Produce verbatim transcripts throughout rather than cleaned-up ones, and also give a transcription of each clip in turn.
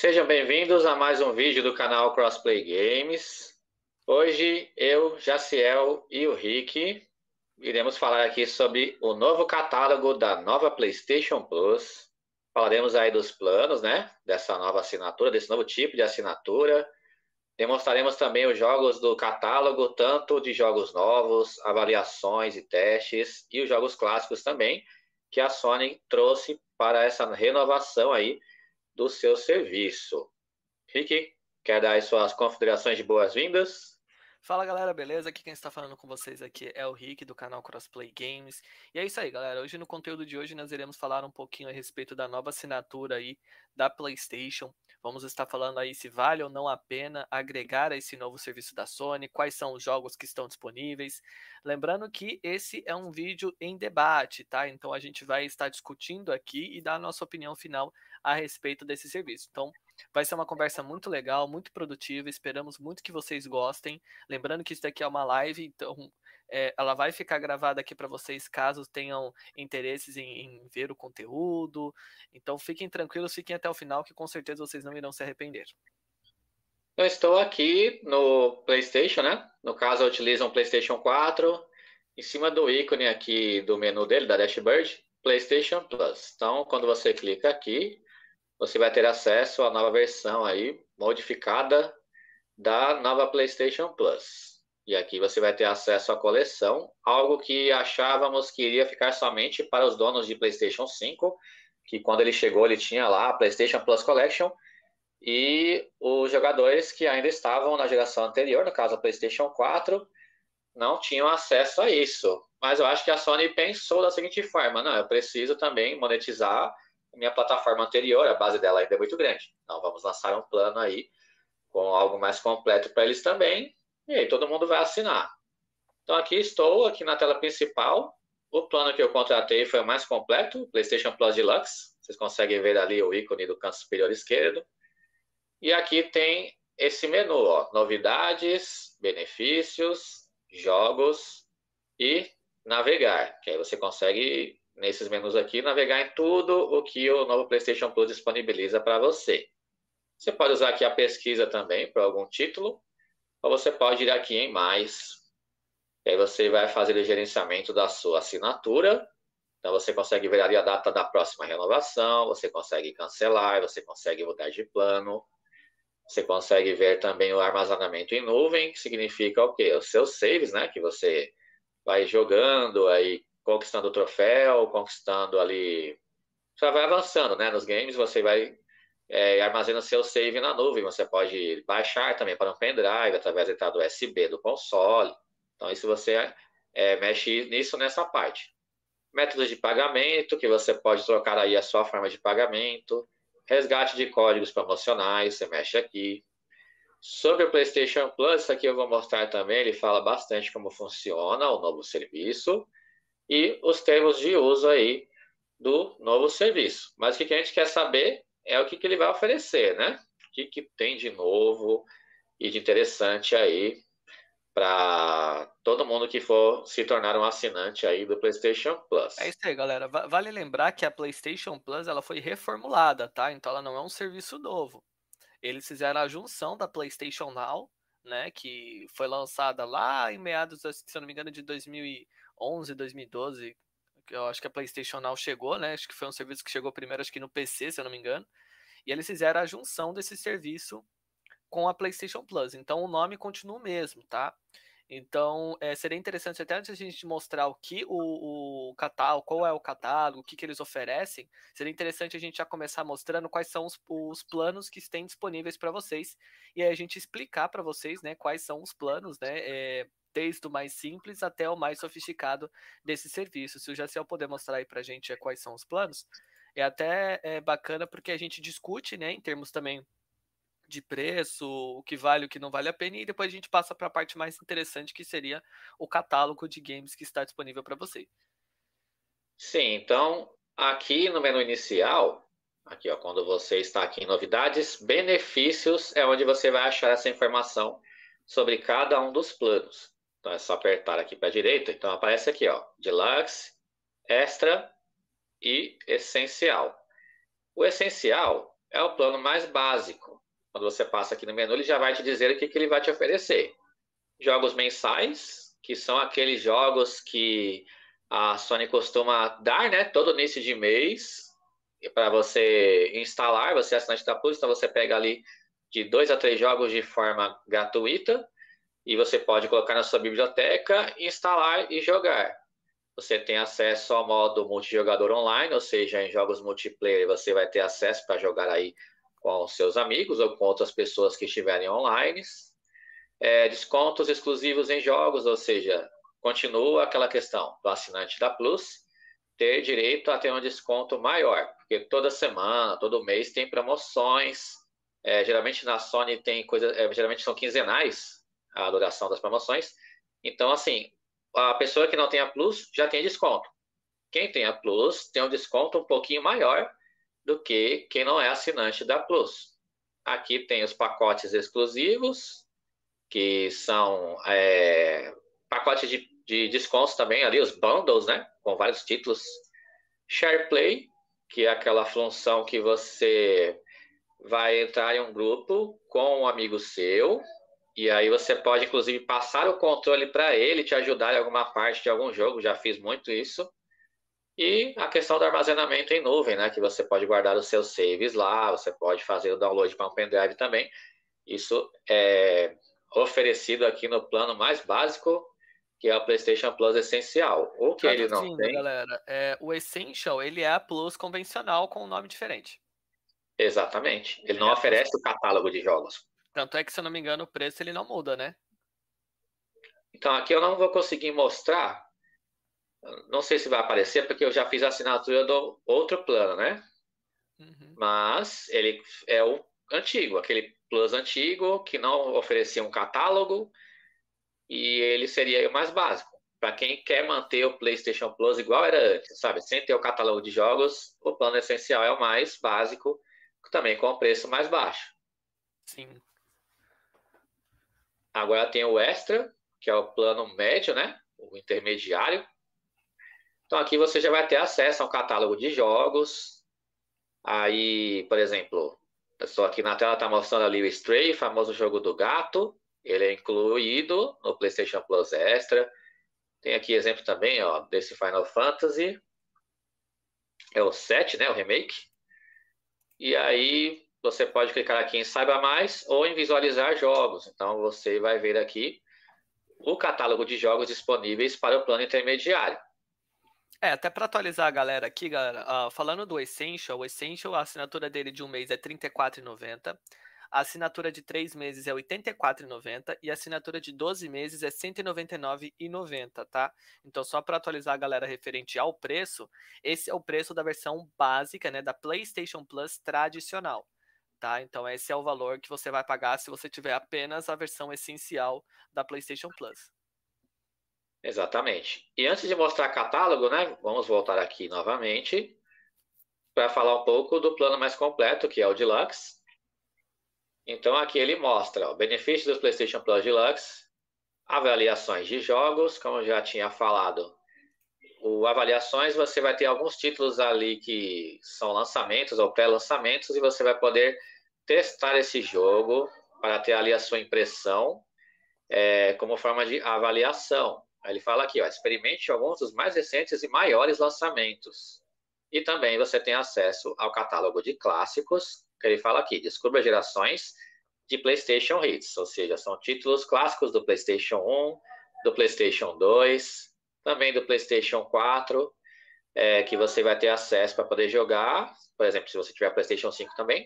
Sejam bem-vindos a mais um vídeo do canal Crossplay Games. Hoje eu, Jaciel e o Rick iremos falar aqui sobre o novo catálogo da nova PlayStation Plus. Falaremos aí dos planos, né, dessa nova assinatura, desse novo tipo de assinatura. Demonstraremos também os jogos do catálogo, tanto de jogos novos, avaliações e testes, e os jogos clássicos também, que a Sony trouxe para essa renovação aí do seu serviço. Rick, quer dar as suas considerações de boas-vindas? Fala galera, beleza? Aqui quem está falando com vocês aqui é o Rick do canal Crossplay Games. E é isso aí, galera. Hoje no conteúdo de hoje nós iremos falar um pouquinho a respeito da nova assinatura aí da PlayStation. Vamos estar falando aí se vale ou não a pena agregar a esse novo serviço da Sony, quais são os jogos que estão disponíveis. Lembrando que esse é um vídeo em debate, tá? Então a gente vai estar discutindo aqui e dar a nossa opinião final a respeito desse serviço. Então vai ser uma conversa muito legal, muito produtiva. Esperamos muito que vocês gostem. Lembrando que isso daqui é uma live, então é, ela vai ficar gravada aqui para vocês caso tenham interesses em, em ver o conteúdo. Então fiquem tranquilos, fiquem até o final, que com certeza vocês não irão se arrepender. Eu estou aqui no PlayStation, né? No caso, eu utilizo um PlayStation quatro. Em cima do ícone aqui do menu dele, da dashboard, PlayStation Plus. Então, quando você clica aqui, você vai ter acesso à nova versão aí, modificada da nova PlayStation Plus. E aqui você vai ter acesso à coleção, algo que achávamos que iria ficar somente para os donos de PlayStation cinco, que quando ele chegou ele tinha lá a PlayStation Plus Collection, e os jogadores que ainda estavam na geração anterior, no caso a PlayStation quatro, não tinham acesso a isso. Mas eu acho que a Sony pensou da seguinte forma: não, eu preciso também monetizar a minha plataforma anterior, a base dela ainda é muito grande. Então vamos lançar um plano aí com algo mais completo para eles também, e aí todo mundo vai assinar. Então aqui estou, aqui na tela principal. O plano que eu contratei foi o mais completo, PlayStation Plus Deluxe. Vocês conseguem ver ali o ícone do canto superior esquerdo. E aqui tem esse menu, ó, novidades, benefícios, jogos e navegar, que aí você consegue, nesses menus aqui, navegar em tudo o que o novo PlayStation Plus disponibiliza para você. Você pode usar aqui a pesquisa também para algum título, ou você pode ir aqui em mais. E aí você vai fazer o gerenciamento da sua assinatura. Então você consegue ver ali a data da próxima renovação, você consegue cancelar, você consegue mudar de plano. Você consegue ver também o armazenamento em nuvem, que significa o quê? Os seus saves, né? Que você vai jogando, aí conquistando o troféu, conquistando ali. Você vai avançando, né? Nos games, você vai é, armazena seu save na nuvem. Você pode baixar também para um pendrive através da entrada U S B do console. Então, isso você é, mexe nisso nessa parte. Métodos de pagamento, que você pode trocar aí a sua forma de pagamento. Resgate de códigos promocionais, você mexe aqui. Sobre o PlayStation Plus, aqui eu vou mostrar também, ele fala bastante como funciona o novo serviço e os termos de uso aí do novo serviço. Mas o que a gente quer saber é o que ele vai oferecer, né? O que, que tem de novo e de interessante aí para todo mundo que for se tornar um assinante aí do PlayStation É Plus. isso aí, galera. Va- Vale lembrar que a PlayStation Plus ela foi reformulada, tá? Então ela não é um serviço novo. Eles fizeram a junção da PlayStation Now, né, que foi lançada lá em meados, se eu não me engano, de dois mil e onze, dois mil e doze. Eu acho que a PlayStation Now chegou, né? Acho que foi um serviço que chegou primeiro, acho que no P C, se eu não me engano. E eles fizeram a junção desse serviço com a PlayStation Plus. Então o nome continua o mesmo, tá? Então, é, seria interessante até antes de a gente mostrar o que o, o catálogo, qual é o catálogo, o que, que eles oferecem, seria interessante a gente já começar mostrando quais são os, os planos que têm disponíveis para vocês e aí a gente explicar para vocês, né, quais são os planos, né, é, desde o mais simples até o mais sofisticado desse serviço. Se o Jaciel puder mostrar aí para a gente é, quais são os planos, é até é, bacana porque a gente discute, né, em termos também de preço, o que vale, o que não vale a pena, e depois a gente passa para a parte mais interessante, que seria o catálogo de games que está disponível para você. Sim, então aqui no menu inicial, aqui ó, quando você está aqui em novidades, benefícios é onde você vai achar essa informação sobre cada um dos planos. Então é só apertar aqui para a direita, então aparece aqui ó, Deluxe, Extra e Essencial. O Essencial é o plano mais básico. Quando você passa aqui no menu, ele já vai te dizer o que, que ele vai te oferecer. Jogos mensais, que são aqueles jogos que a Sony costuma dar, né, todo início de mês, para você instalar, você é assinante da Plus, então você pega ali de dois a três jogos de forma gratuita, e você pode colocar na sua biblioteca, instalar e jogar. Você tem acesso ao modo multijogador online, ou seja, em jogos multiplayer você vai ter acesso para jogar aí com seus amigos ou com outras pessoas que estiverem online. É, descontos exclusivos em jogos, ou seja, continua aquela questão do assinante da Plus ter direito a ter um desconto maior, porque toda semana, todo mês tem promoções. É, geralmente na Sony tem coisa, é, geralmente são quinzenais a duração das promoções. Então, assim, a pessoa que não tem a Plus já tem desconto. Quem tem a Plus tem um desconto um pouquinho maior do que quem não é assinante da Plus. Aqui tem os pacotes exclusivos, que são é, pacotes de, de descontos também ali, os bundles, né? Com vários títulos. SharePlay, que é aquela função que você vai entrar em um grupo com um amigo seu, e aí você pode, inclusive, passar o controle para ele, te ajudar em alguma parte de algum jogo, já fiz muito isso. E a questão do armazenamento em nuvem, né? Que você pode guardar os seus saves lá, você pode fazer o download para um pendrive também. Isso é oferecido aqui no plano mais básico, que é o PlayStation Plus Essencial. O que ele não Traduzindo, tem... galera, é, o Essential, ele é a Plus convencional com um nome diferente. Exatamente. Ele não É a Plus. oferece o catálogo de jogos. Tanto é que, se eu não me engano, o preço ele não muda, né? Então aqui eu não vou conseguir mostrar, não sei se vai aparecer, porque eu já fiz a assinatura do outro plano, né? Uhum. Mas ele é o antigo, aquele Plus antigo que não oferecia um catálogo, e ele seria o mais básico. Para quem quer manter o PlayStation Plus igual era antes, sabe? Sem ter o catálogo de jogos, o plano essencial é o mais básico, também com o preço mais baixo. Sim. Agora tem o Extra, que é o plano médio, né? O intermediário. Então aqui você já vai ter acesso a um catálogo de jogos. Aí, por exemplo, eu estou aqui na tela, está mostrando ali o Stray, famoso jogo do gato. Ele é incluído no PlayStation Plus Extra. Tem aqui exemplo também, ó, desse Final Fantasy. É o sete, né? O remake. E aí você pode clicar aqui em Saiba Mais ou em Visualizar Jogos. Então você vai ver aqui o catálogo de jogos disponíveis para o plano intermediário. É, até para atualizar a galera aqui, galera, uh, falando do Essential, o Essential, a assinatura dele de um mês é trinta e quatro reais e noventa centavos, a assinatura de três meses é oitenta e quatro reais e noventa centavos e a assinatura de doze meses é cento e noventa e nove reais e noventa centavos, tá? Então, só para atualizar a galera referente ao preço, esse é o preço da versão básica, né, da PlayStation Plus tradicional, tá? Então, esse é o valor que você vai pagar se você tiver apenas a versão essencial da PlayStation Plus. Exatamente. E antes de mostrar catálogo, né, vamos voltar aqui novamente para falar um pouco do plano mais completo, que é o Deluxe. Então aqui ele mostra o benefício do PlayStation Plus Deluxe, avaliações de jogos, como eu já tinha falado. O avaliações, você vai ter alguns títulos ali que são lançamentos ou pré-lançamentos e você vai poder testar esse jogo para ter ali a sua impressão é, como forma de avaliação. Aí ele fala aqui, ó, experimente alguns dos mais recentes e maiores lançamentos. E também você tem acesso ao catálogo de clássicos, que ele fala aqui, descubra gerações de PlayStation Hits, ou seja, são títulos clássicos do PlayStation um, do PlayStation dois, também do PlayStation quatro, é, que você vai ter acesso para poder jogar, por exemplo, se você tiver PlayStation cinco também,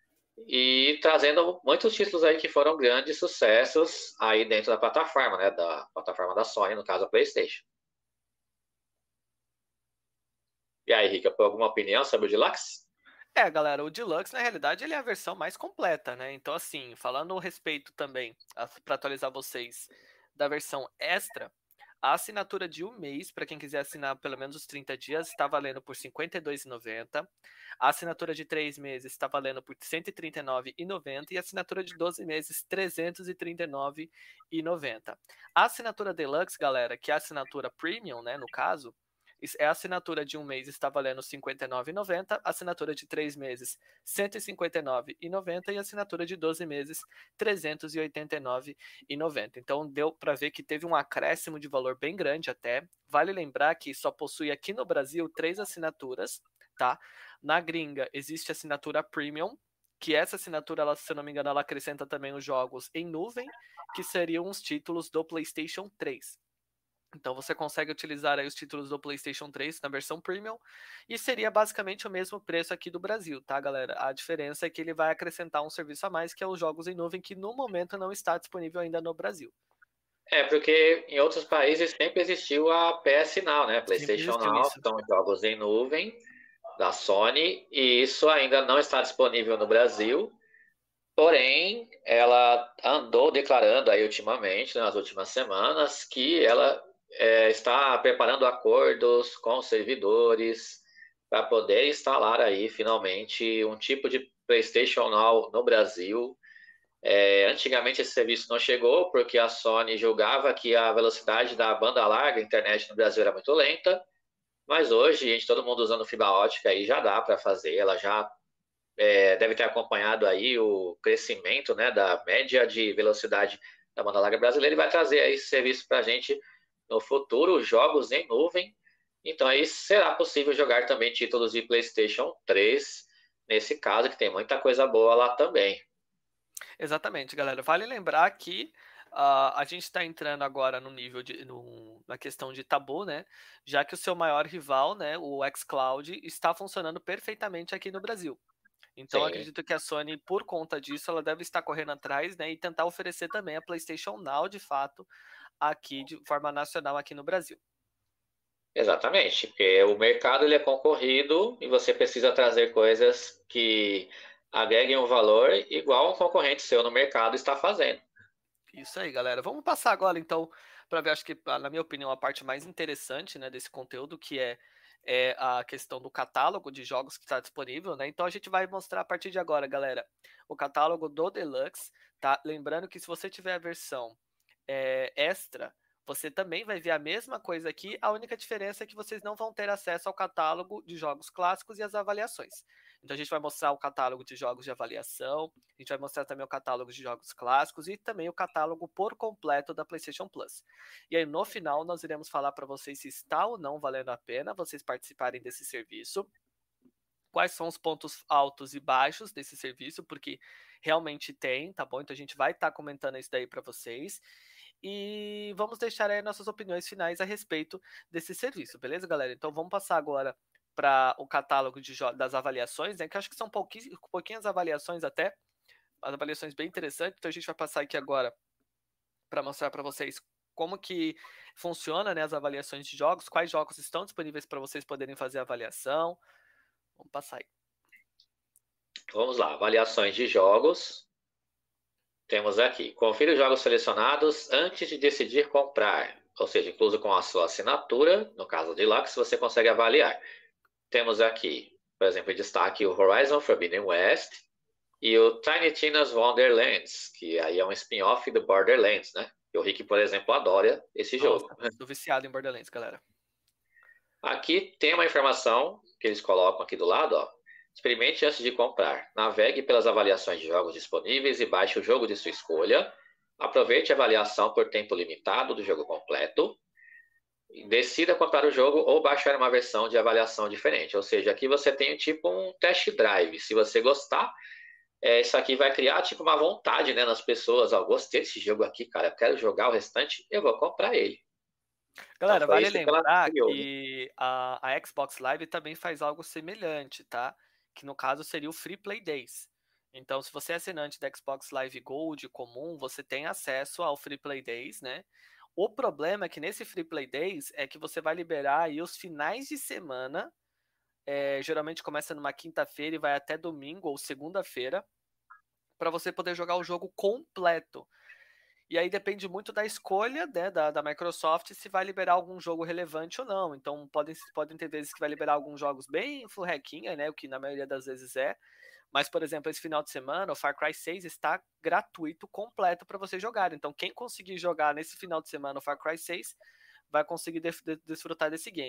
e trazendo muitos títulos aí que foram grandes sucessos aí dentro da plataforma, né, da plataforma da Sony, no caso a PlayStation. E aí, Rica, por alguma opinião sobre o Deluxe? É, galera, o Deluxe, na realidade, ele é a versão mais completa, né? Então, assim, falando a respeito também, para atualizar vocês, da versão Extra, a assinatura de um mês, para quem quiser assinar pelo menos os trinta dias, está valendo por cinquenta e dois reais e noventa centavos. A assinatura de três meses está valendo por cento e trinta e nove reais e noventa centavos. E a assinatura de doze meses, trezentos e trinta e nove reais e noventa centavos. A assinatura Deluxe, galera, que é a assinatura Premium, né, no caso, é a assinatura de um mês está valendo cinquenta e nove reais e noventa centavos, assinatura de três meses cento e cinquenta e nove reais e noventa centavos e assinatura de doze meses trezentos e oitenta e nove reais e noventa centavos. Então deu para ver que teve um acréscimo de valor bem grande até. Vale lembrar que só possui aqui no Brasil três assinaturas, tá? Na gringa existe a assinatura Premium, que essa assinatura, ela, se eu não me engano, ela acrescenta também os jogos em nuvem, que seriam os títulos do PlayStation três. Então você consegue utilizar aí os títulos do PlayStation três na versão Premium e seria basicamente o mesmo preço aqui do Brasil, tá, galera? A diferença é que ele vai acrescentar um serviço a mais, que é os jogos em nuvem, que no momento não está disponível ainda no Brasil. É, porque em outros países sempre existiu a P S Now, né? Sempre PlayStation existiu Now, isso. são jogos em nuvem da Sony, e isso ainda não está disponível no Brasil. Porém, ela andou declarando aí ultimamente, nas últimas semanas, que ela é, está preparando acordos com os servidores para poder instalar aí finalmente um tipo de PlayStation Now no Brasil. É, antigamente esse serviço não chegou porque a Sony julgava que a velocidade da banda larga, a internet no Brasil, era muito lenta, mas hoje, gente, todo mundo usando fibra ótica aí já dá para fazer, ela já é, deve ter acompanhado aí o crescimento, né, da média de velocidade da banda larga brasileira e vai trazer aí esse serviço para a gente no futuro, jogos em nuvem. Então aí será possível jogar também títulos de PlayStation três, nesse caso, que tem muita coisa boa lá também. Exatamente, galera. Vale lembrar que uh, a gente está entrando agora no nível de no, na questão de tabu, né? Já que o seu maior rival, né, o xCloud, está funcionando perfeitamente aqui no Brasil. Então, Sim, acredito que a Sony, por conta disso, ela deve estar correndo atrás, né, e tentar oferecer também a PlayStation Now, de fato, aqui de forma nacional aqui no Brasil. exatamente, porque o mercado ele é concorrido e você precisa trazer coisas que agreguem um valor igual um concorrente seu no mercado está fazendo. Isso aí, galera. Vamos passar agora, então, para ver, acho que, ah, na minha opinião, a parte mais interessante, né, desse conteúdo, que é, é a questão do catálogo de jogos que está disponível, né? Então a gente vai mostrar a partir de agora, galera, o catálogo do Deluxe, tá? Lembrando que se você tiver a versão é, extra, você também vai ver a mesma coisa aqui. A única diferença é que vocês não vão ter acesso ao catálogo de jogos clássicos e as avaliações. Então a gente vai mostrar o catálogo de jogos de avaliação, a gente vai mostrar também o catálogo de jogos clássicos e também o catálogo por completo da PlayStation Plus. E aí no final nós iremos falar para vocês se está ou não valendo a pena vocês participarem desse serviço. Quais são os pontos altos e baixos desse serviço, porque realmente tem, tá bom? Então a gente vai estar tá comentando isso daí para vocês. E vamos deixar aí nossas opiniões finais a respeito desse serviço, beleza, galera? Então vamos passar agora para o catálogo de das avaliações, né? Que eu acho que são pouquinhas, pouquinhas avaliações até, as avaliações bem interessantes. Então a gente vai passar aqui agora para mostrar para vocês como que funciona, né, as avaliações de jogos, quais jogos estão disponíveis para vocês poderem fazer a avaliação. Vamos passar aí. Vamos lá, avaliações de jogos. Temos aqui, confira os jogos selecionados antes de decidir comprar, ou seja, incluso com a sua assinatura, no caso de Lux, você consegue avaliar. Temos aqui, por exemplo, em destaque o Horizon Forbidden West e o Tiny Tina's Wonderlands, que aí é um spin-off do Borderlands, né? E o Rick, por exemplo, adora esse Nossa, jogo. tô viciado em Borderlands, galera. Aqui tem uma informação que eles colocam aqui do lado, ó. Experimente antes de comprar. Navegue pelas avaliações de jogos disponíveis e baixe o jogo de sua escolha. Aproveite a avaliação por tempo limitado do jogo completo. Decida comprar o jogo ou baixar uma versão de avaliação diferente. Ou seja, aqui você tem tipo um test drive. Se você gostar, é, isso aqui vai criar tipo uma vontade, né, nas pessoas. Ó, gostei desse jogo aqui, cara. Eu quero jogar o restante, eu vou comprar ele. Então Galera, foi vale isso que ela lembrar criou, né? que a, a Xbox Live também faz algo semelhante, tá? Que no caso seria o Free Play Days. Então, se você é assinante da Xbox Live Gold comum, você tem acesso ao Free Play Days, né? O problema é que nesse Free Play Days é que você vai liberar aí os finais de semana, é, geralmente começa numa quinta-feira e vai até domingo ou segunda-feira, para você poder jogar o jogo completo. E aí depende muito da escolha, né, da, da Microsoft se vai liberar algum jogo relevante ou não. Então podem, podem ter vezes que vai liberar alguns jogos bem furrequinha, né, o que na maioria das vezes é. Mas, por exemplo, esse final de semana, o Far Cry seis está gratuito, completo para você jogar. Então quem conseguir jogar nesse final de semana o Far Cry seis vai conseguir de, de, desfrutar desse game.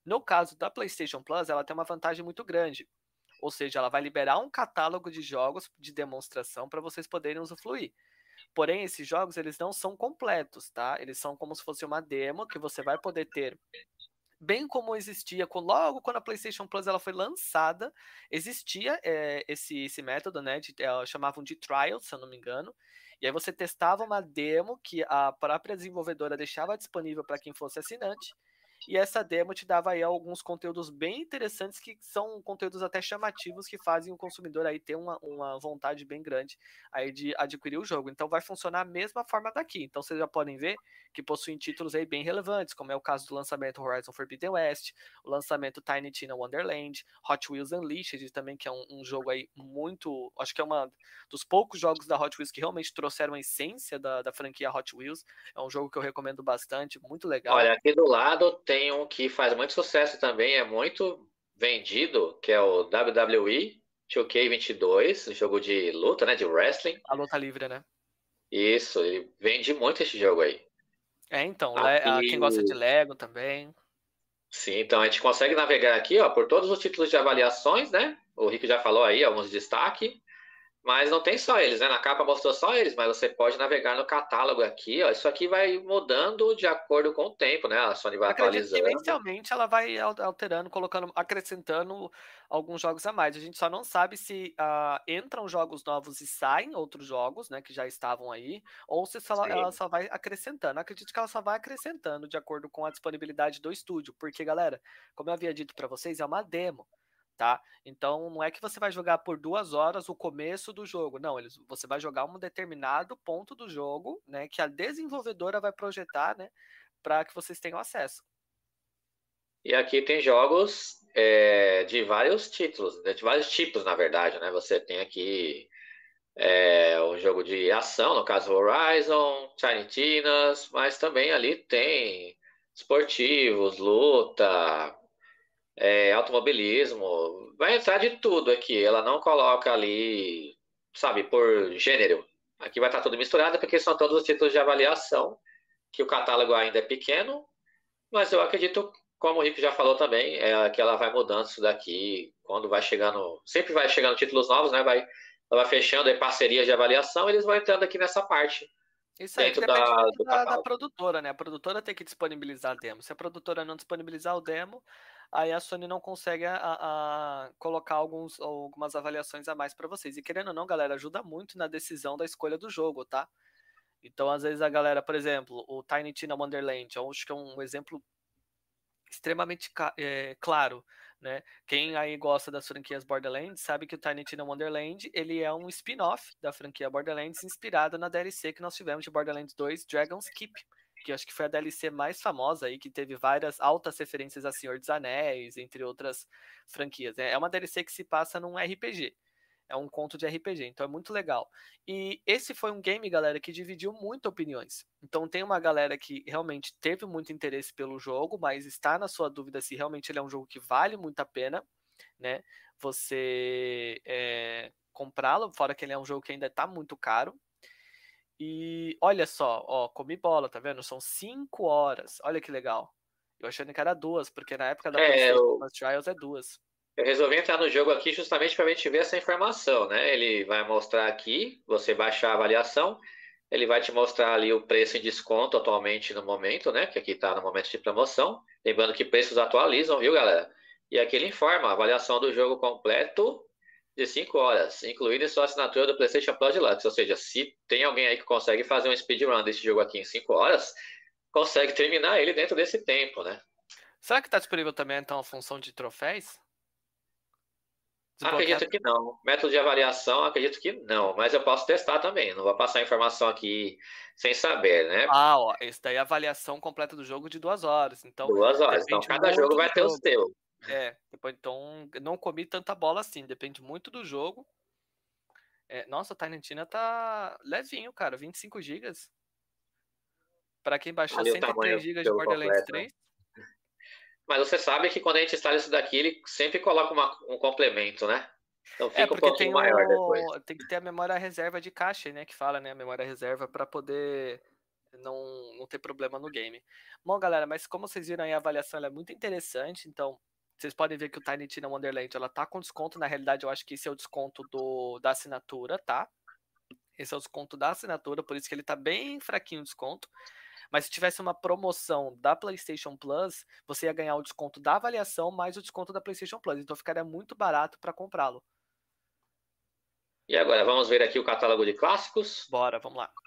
No caso da PlayStation Plus, ela tem uma vantagem muito grande. Ou seja, ela vai liberar um catálogo de jogos de demonstração para vocês poderem usufruir. Porém, esses jogos eles não são completos, tá? Eles são como se fosse uma demo que você vai poder ter, bem como existia logo quando a PlayStation Plus ela foi lançada, existia é, esse, esse método, né? De, é, chamavam de trial, se eu não me engano. E aí você testava uma demo que a própria desenvolvedora deixava disponível para quem fosse assinante. E essa demo te dava aí alguns conteúdos bem interessantes, que são conteúdos até chamativos, que fazem o consumidor aí ter uma, uma vontade bem grande aí de adquirir o jogo. Então vai funcionar a mesma forma daqui. Então vocês já podem ver que possuem títulos aí bem relevantes, como é o caso do lançamento Horizon Forbidden West, o lançamento Tiny Tina Wonderland, Hot Wheels Unleashed também, que é um, um jogo aí muito... Acho que é um dos poucos jogos da Hot Wheels que realmente trouxeram a essência da, da franquia Hot Wheels. É um jogo que eu recomendo bastante, muito legal. Olha, aqui do lado tem um que faz muito sucesso também, é muito vendido, que é o W W E dois K vinte e dois, jogo de luta, né, de wrestling. A luta livre, né? Isso, ele vende muito esse jogo aí. É, então, Aqui, quem gosta de Lego também. sim, então a gente consegue navegar aqui, ó, por todos os títulos de avaliações, né? O Rick já falou aí alguns destaques. Mas não tem só eles, né? Na capa mostrou só eles, mas você pode navegar no catálogo aqui, ó. Isso aqui vai mudando de acordo com o tempo, né? A Sony vai Acredito que atualizando. mensalmente ela vai alterando, colocando, acrescentando alguns jogos a mais. A gente só não sabe se uh, entram jogos novos e saem outros jogos, né, que já estavam aí, ou se ela, ela só vai acrescentando. Acredito que ela só vai acrescentando de acordo com a disponibilidade do estúdio, porque, galera, como eu havia dito para vocês, é uma demo. Tá? Então não é que você vai jogar por duas horas o começo do jogo. Não, eles, você vai jogar um determinado ponto do jogo, né? Que a desenvolvedora vai projetar, né? Para que vocês tenham acesso. E aqui tem jogos é, de vários títulos, de vários tipos, na verdade, né? Você tem aqui é, um jogo de ação, no caso Horizon, Tiny Tinas, mas também ali tem esportivos, luta, é, automobilismo, vai entrar de tudo aqui. Ela não coloca ali, sabe, por gênero. Aqui vai estar tudo misturado porque são todos os títulos de avaliação, que o catálogo ainda é pequeno, mas eu acredito, como o Rico já falou também, é que ela vai mudando isso daqui, quando vai chegando, sempre vai chegando títulos novos, né? Vai, ela vai fechando aí parcerias de avaliação, eles vão entrando aqui nessa parte, Isso aí que dentro depende da, muito do da, da catálogo. produtora, né? A produtora tem que disponibilizar a demo. Se a produtora não disponibilizar o demo, aí a Sony não consegue a, a colocar alguns, algumas avaliações a mais para vocês. E querendo ou não, galera, ajuda muito na decisão da escolha do jogo, tá? Então, às vezes a galera, por exemplo, o Tiny Tina Wonderland, eu acho que é um exemplo extremamente é, claro, né? Quem aí gosta das franquias Borderlands sabe que o Tiny Tina Wonderland ele é um spin-off da franquia Borderlands, inspirado na D L C que nós tivemos de Borderlands dois Dragon's Keep, que eu acho que foi a D L C mais famosa aí, que teve várias altas referências a Senhor dos Anéis, entre outras franquias. É uma D L C que se passa num R P G. É um conto de R P G, então é muito legal. E esse foi um game, galera, que dividiu muito opiniões. Então tem uma galera que realmente teve muito interesse pelo jogo, mas está na sua dúvida se realmente ele é um jogo que vale muito a pena, né? Você é, comprá-lo, fora que ele é um jogo que ainda está muito caro. E olha só, ó, comi bola, tá vendo? São cinco horas. Olha que legal. Eu achando que era duas, porque na época da É, PlayStation eu, Plus Trials é duas. eu resolvi entrar no jogo aqui justamente para a gente ver essa informação, né? Ele vai mostrar aqui, você baixar a avaliação, ele vai te mostrar ali o preço em desconto atualmente no momento, né? Que aqui está no momento de promoção. Lembrando que preços atualizam, viu, galera? E aqui ele informa a avaliação do jogo completo de cinco horas, incluindo sua assinatura do PlayStation Plus Deluxe. Ou seja, se tem alguém aí que consegue fazer um speedrun desse jogo aqui em cinco horas, consegue terminar ele dentro desse tempo, né? Será que está disponível também então a função de troféus? Desbloquear. Acredito que não. Método de avaliação, acredito que não. Mas eu posso testar também. Não vou passar informação aqui sem saber, né? Ah, ó, esse daí é a avaliação completa do jogo de duas horas. Então, Duas horas. Então, depende cada jogo muito do vai ter o jogo. seu. É, depois, então, não comi tanta bola assim. Depende muito do jogo. É, nossa, o Tiny Tina tá levinho, cara. vinte e cinco gigas. Pra quem baixou Ali o cento e tamanho três do gigas de jogo Borderlands completo, né? três. Mas você sabe que quando a gente instala isso daqui, ele sempre coloca uma- um complemento, né? Então É, fica um porque pouquinho tem maior depois. o. Tem que ter a memória reserva de caixa, né? Que fala, né? A memória reserva pra poder não, não ter problema no game. Bom, galera, mas como vocês viram aí, a avaliação ela é muito interessante, então vocês podem ver que o Tiny Tina Wonderland ela tá com desconto, na realidade eu acho que esse é o desconto do, da assinatura, tá? Esse é o desconto da assinatura, por isso que ele tá bem fraquinho o desconto. Mas se tivesse uma promoção da PlayStation Plus, você ia ganhar o desconto da avaliação mais o desconto da PlayStation Plus. Então ficaria muito barato para comprá-lo. E agora, vamos ver aqui o catálogo de clássicos. Bora, vamos lá.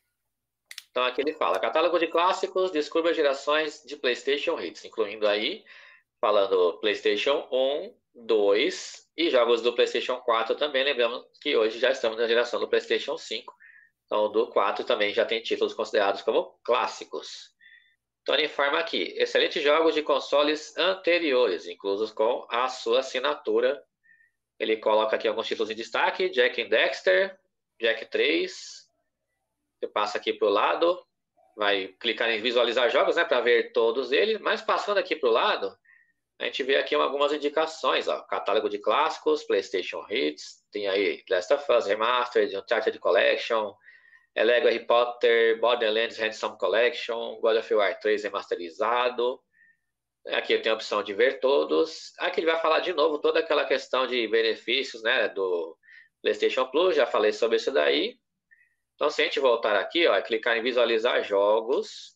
Então aqui ele fala, catálogo de clássicos, descubra gerações de PlayStation Hits, incluindo aí, falando PlayStation um, dois e jogos do PlayStation quatro também. Lembramos que hoje já estamos na geração do PlayStation cinco. Então, do quatro também já tem títulos considerados como clássicos. Então, ele informa aqui: excelentes jogos de consoles anteriores, inclusos com a sua assinatura. Ele coloca aqui alguns títulos em destaque: Jak and Daxter, Jak três. Você passa aqui para o lado, vai clicar em visualizar jogos, né, para ver todos eles. Mas passando aqui para o lado, a gente vê aqui algumas indicações: ó, catálogo de clássicos, PlayStation Hits, tem aí Last of Us Remastered, Uncharted Collection. É Lego Harry Potter, Borderlands Handsome Collection, God of War três remasterizado. Aqui tem a opção de ver todos. Aqui ele vai falar de novo toda aquela questão de benefícios, né, do PlayStation Plus. Já falei sobre isso daí. Então, se a gente voltar aqui, ó, clicar em visualizar jogos,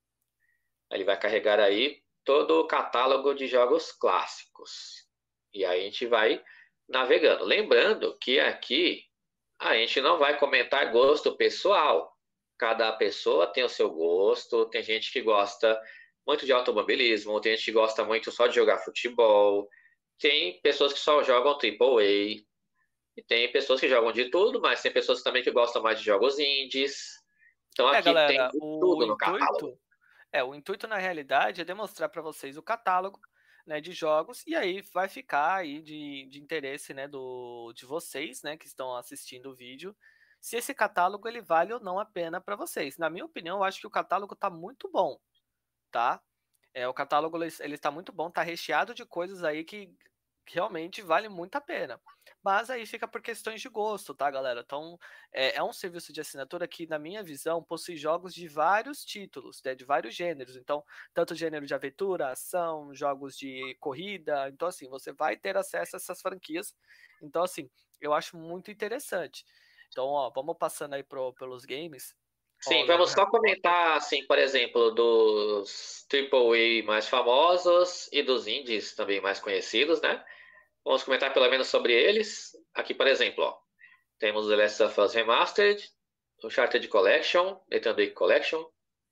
ele vai carregar aí todo o catálogo de jogos clássicos. E aí a gente vai navegando. Lembrando que aqui a gente não vai comentar gosto pessoal. Cada pessoa tem o seu gosto. Tem gente que gosta muito de automobilismo, tem gente que gosta muito só de jogar futebol, tem pessoas que só jogam triplo A, e tem pessoas que jogam de tudo, mas tem pessoas também que gostam mais de jogos indies. Então É, aqui tem galera, de o tudo no catálogo. intuito, é, o intuito na realidade é demonstrar para vocês o catálogo, né, de jogos e aí vai ficar aí de, de interesse, né, do, de vocês, né, que estão assistindo o vídeo, se esse catálogo ele vale ou não a pena para vocês. Na minha opinião, eu acho que o catálogo tá muito bom, tá? É, o catálogo ele, ele está muito bom, tá recheado de coisas aí que realmente vale muito a pena. Mas aí fica por questões de gosto, tá, galera? Então, é, é um serviço de assinatura que, na minha visão, possui jogos de vários títulos, né, de vários gêneros. Então, tanto gênero de aventura, ação, jogos de corrida. Então, assim, você vai ter acesso a essas franquias. Então, assim, eu acho muito interessante. Então, ó, vamos passando aí pro, pelos games. Ó, Sim, Lego vamos só Harry Potter. comentar, assim, por exemplo, dos triplo A mais famosos e dos indies também mais conhecidos, né? Vamos comentar pelo menos sobre eles. Aqui, por exemplo, ó, temos The Last of Us Remastered, Uncharted Collection, Nathan Drake Collection.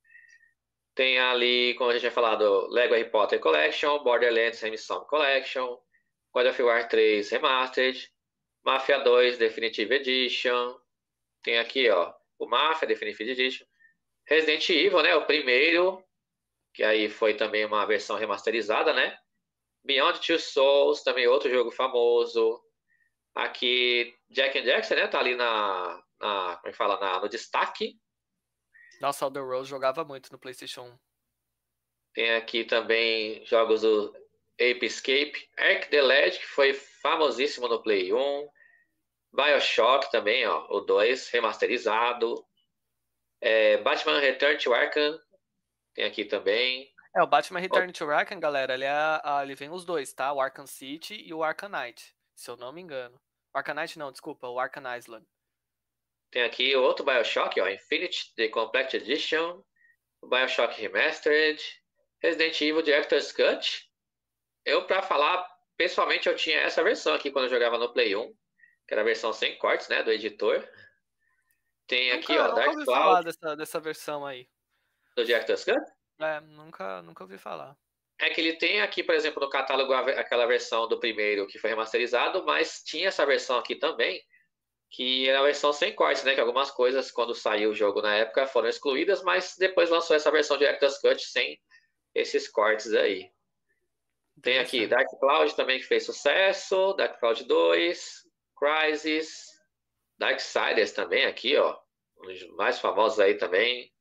Tem ali, como a gente já falado, Lego Harry Potter Collection, Borderlands Handsome Collection, God of War três Remastered, Mafia dois Definitive Edition. Tem aqui, ó, o Mafia Definitive Edition. Resident Evil, né, o primeiro, que aí foi também uma versão remasterizada, né? Beyond Two Souls, também outro jogo famoso. Aqui, Jak and Daxter, né? Tá ali na, na como é que fala? Na, no destaque. Nossa, Elder Rose jogava muito no PlayStation um. Tem aqui também jogos do Ape Escape. Ark the Led, que foi famosíssimo no Play um. Bioshock também, ó. O dois, remasterizado. É, Batman Return to Arkham. Tem aqui também. É, o Batman Ó, Return to Arkham, galera, ele, é, a- ele vem os dois, tá? O Arkham City e o Arkham Knight, se eu não me engano. O Arkham Knight não, desculpa, o Arkham Island. tem aqui outro Bioshock, ó. Infinite The Complete Edition. Bioshock Remastered. Resident Evil Director's Cut. Eu, pra falar, pessoalmente, eu tinha essa versão aqui quando eu jogava no Play um, que era a versão sem cortes, né, do editor. Tem aqui, Nunca, ó, nunca Dark ouvi Cloud, falar dessa, dessa versão aí. do Director's Cut. É, nunca, nunca ouvi falar. É que ele tem aqui, por exemplo, no catálogo aquela versão do primeiro que foi remasterizado, mas tinha essa versão aqui também, que era a versão sem cortes, né? Que algumas coisas, quando saiu o jogo na época, foram excluídas, mas depois lançou essa versão Director's Cut sem esses cortes aí. Tem aqui Interessante. Dark Cloud também, que fez sucesso, Dark Cloud dois, Crysis, Darksiders também aqui, ó. Um dos mais famosos aí também.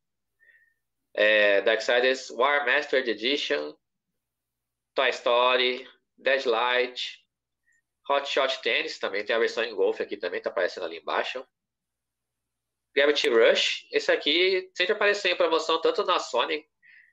É, Darksiders War Mastered Edition, Toy Story, Deadlight, Hot Shot Tennis também tem a versão em golfe aqui também, tá aparecendo ali embaixo. Gravity Rush. Esse aqui sempre apareceu em promoção tanto na Sony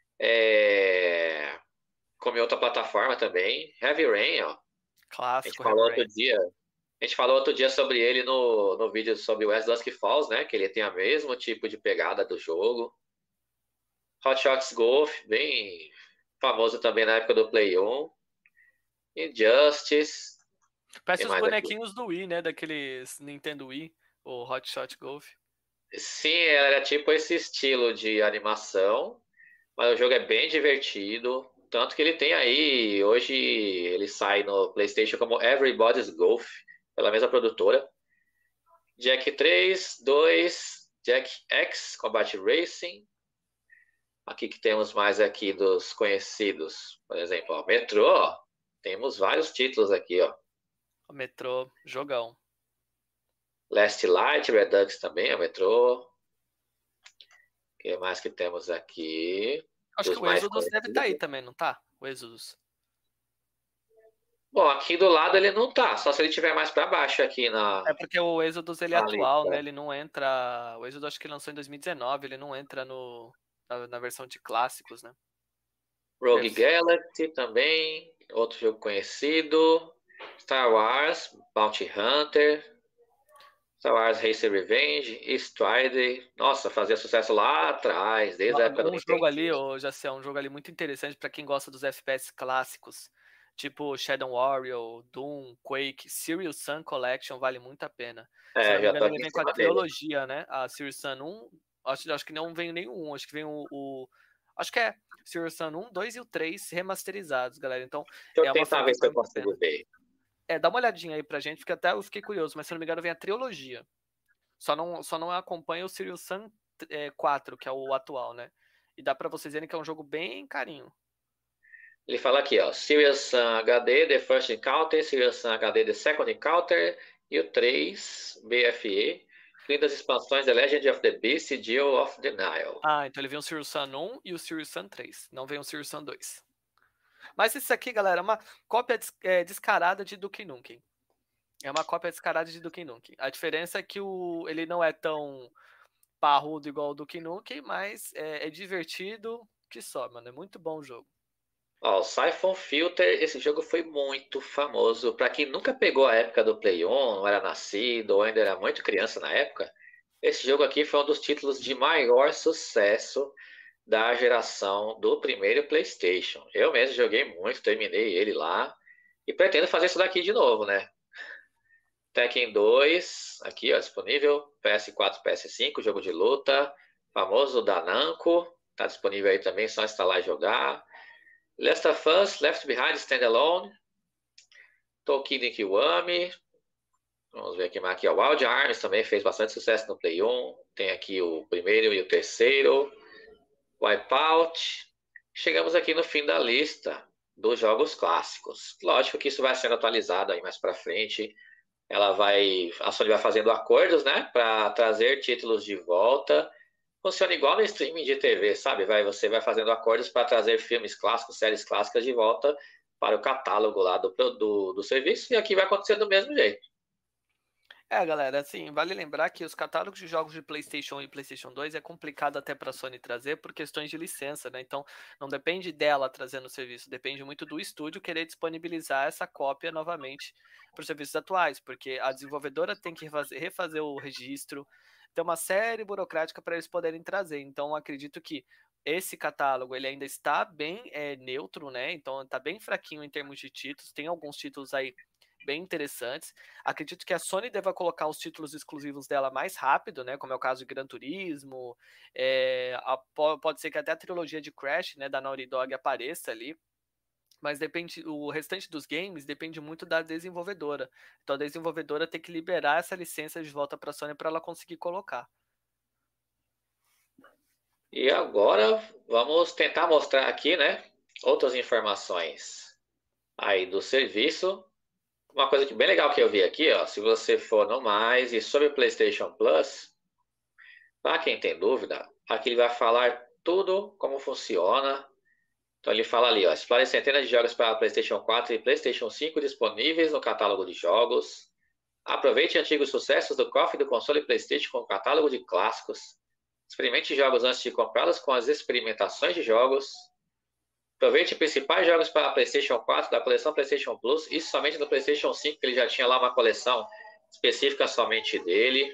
é, como em outra plataforma também. Heavy Rain, ó. A gente Clássico Heavy falou outro Rain. dia. A gente falou outro dia sobre ele no, no vídeo sobre o West Dusk Falls, né? Que ele tem o mesmo tipo de pegada do jogo. Hot Shots Golf, bem famoso também na época do Play um. Injustice. Tem Parece os mais aqui. bonequinhos do Wii, né? Daqueles Nintendo Wii, o Hot Shot Golf. Sim, era tipo esse estilo de animação, mas o jogo é bem divertido. Tanto que ele tem aí, hoje ele sai no PlayStation como Everybody's Golf, pela mesma produtora. Jack três, dois, Jack X, Combat Racing. Aqui que temos mais aqui dos conhecidos. Por exemplo, ó, Metro. Ó. Temos vários títulos aqui, ó. O Metrô, jogão. Last Light, Redux também, é Metro. O que mais que temos aqui? Acho que Dos o mais Exodus deve estar aí conhecidos. também, não tá? O Exodus. Bom, aqui do lado ele não tá, só se ele tiver mais para baixo aqui É na, porque o Exodus ele é na atual, lista. né? Ele não entra. O Exodus acho que lançou em dois mil e dezenove, ele não entra no, na, na versão de clássicos, né? Rogue Deve ser. Galaxy também, outro jogo conhecido. Star Wars, Bounty Hunter, Star Wars Racer Revenge, Strider. Nossa, fazia sucesso lá atrás, desde a época do Um jogo ali, Nintendinho. ô, já sei, é um jogo ali muito interessante pra quem gosta dos F P S clássicos, tipo Shadow Warrior, Doom, Quake, Serious Sun Collection vale muito a pena. Se eu É, não me já tô engano, ele aqui em vem com a cima dele. trilogia, né? A Serious Sun um, acho, acho que não vem nenhum, acho que vem o, o- acho que é Serious Sun um, dois e o três remasterizados, galera. Então, Deixa é eu uma tentar franquia ver que se vale eu muito a consigo pena. ver. É, dá uma olhadinha aí pra gente, porque até eu fiquei curioso, mas se eu não me engano, vem a trilogia. Só não, só não acompanha o Serious Sun é, quatro, que é o atual, né? E dá pra vocês verem que é um jogo bem carinho. Ele fala aqui, ó, Serious Sam H D, The First Encounter, Serious Sam H D, The Second Encounter, e o três, B F E, incluindo as expansões The Legend of the Beast e Deal of the Nile. Ah, então ele vem o Serious Sun um e o Serious Sun três. Não vem o Serious Sun dois. Mas isso aqui, galera, é uma cópia des é, descarada de Duke Nukem. É uma cópia descarada de Duke Nukem. A diferença é que o, ele não é tão parrudo igual o Duke Nukem, mas é, é divertido que só, mano. É muito bom o jogo. Ó, o Siphon Filter, esse jogo foi muito famoso. Para quem nunca pegou a época do Play um, não era nascido ou ainda era muito criança na época, esse jogo aqui foi um dos títulos de maior sucesso da geração do primeiro PlayStation. Eu mesmo joguei muito, terminei ele lá e pretendo fazer isso daqui de novo, né? Tekken dois, aqui ó, disponível, P S quatro, P S cinco, jogo de luta, famoso da Namco, tá disponível aí também, só instalar e jogar. Last of Us, Left Behind Standalone, Tolkien Kiwami, vamos ver aqui mais aqui, ó, Wild Arms também fez bastante sucesso no Play um, tem aqui o primeiro e o terceiro, Wipeout. Chegamos aqui no fim da lista dos jogos clássicos. Lógico que isso vai sendo atualizado aí mais para frente. Ela vai, a Sony vai fazendo acordos, né, para trazer títulos de volta. Funciona igual no streaming de T V, sabe? Vai, você vai fazendo acordos para trazer filmes clássicos, séries clássicas de volta para o catálogo lá do, do, do serviço. E aqui vai acontecer do mesmo jeito. É, galera, assim, vale lembrar que os catálogos de jogos de PlayStation um e PlayStation dois é complicado até para a Sony trazer por questões de licença, né? Então, não depende dela trazendo o serviço, depende muito do estúdio querer disponibilizar essa cópia novamente para os serviços atuais, porque a desenvolvedora tem que refazer, refazer o registro, tem uma série burocrática para eles poderem trazer. Então, acredito que esse catálogo ele ainda está bem é, neutro, né? Então, está bem fraquinho em termos de títulos. Tem alguns títulos aí bem interessantes. Acredito que a Sony deva colocar os títulos exclusivos dela mais rápido, né? Como é o caso de Gran Turismo. É, a, pode ser que até a trilogia de Crash, né, da Naughty Dog apareça ali. Mas depende, o restante dos games depende muito da desenvolvedora. Então a desenvolvedora tem que liberar essa licença de volta para a Sony para ela conseguir colocar. E agora vamos tentar mostrar aqui, né, outras informações aí do serviço. Uma coisa que bem legal que eu vi aqui, ó, se você for no mais e sobre o PlayStation Plus, para quem tem dúvida, aqui ele vai falar tudo como funciona. Então ele fala ali, ó, explore centenas de jogos para PlayStation quatro e PlayStation cinco disponíveis no catálogo de jogos. Aproveite antigos sucessos do cofre do console PlayStation com o catálogo de clássicos. Experimente jogos antes de comprá-los com as experimentações de jogos. Aproveite principais jogos para a PlayStation quatro da coleção PlayStation Plus, isso somente no PlayStation cinco, que ele já tinha lá uma coleção específica somente dele.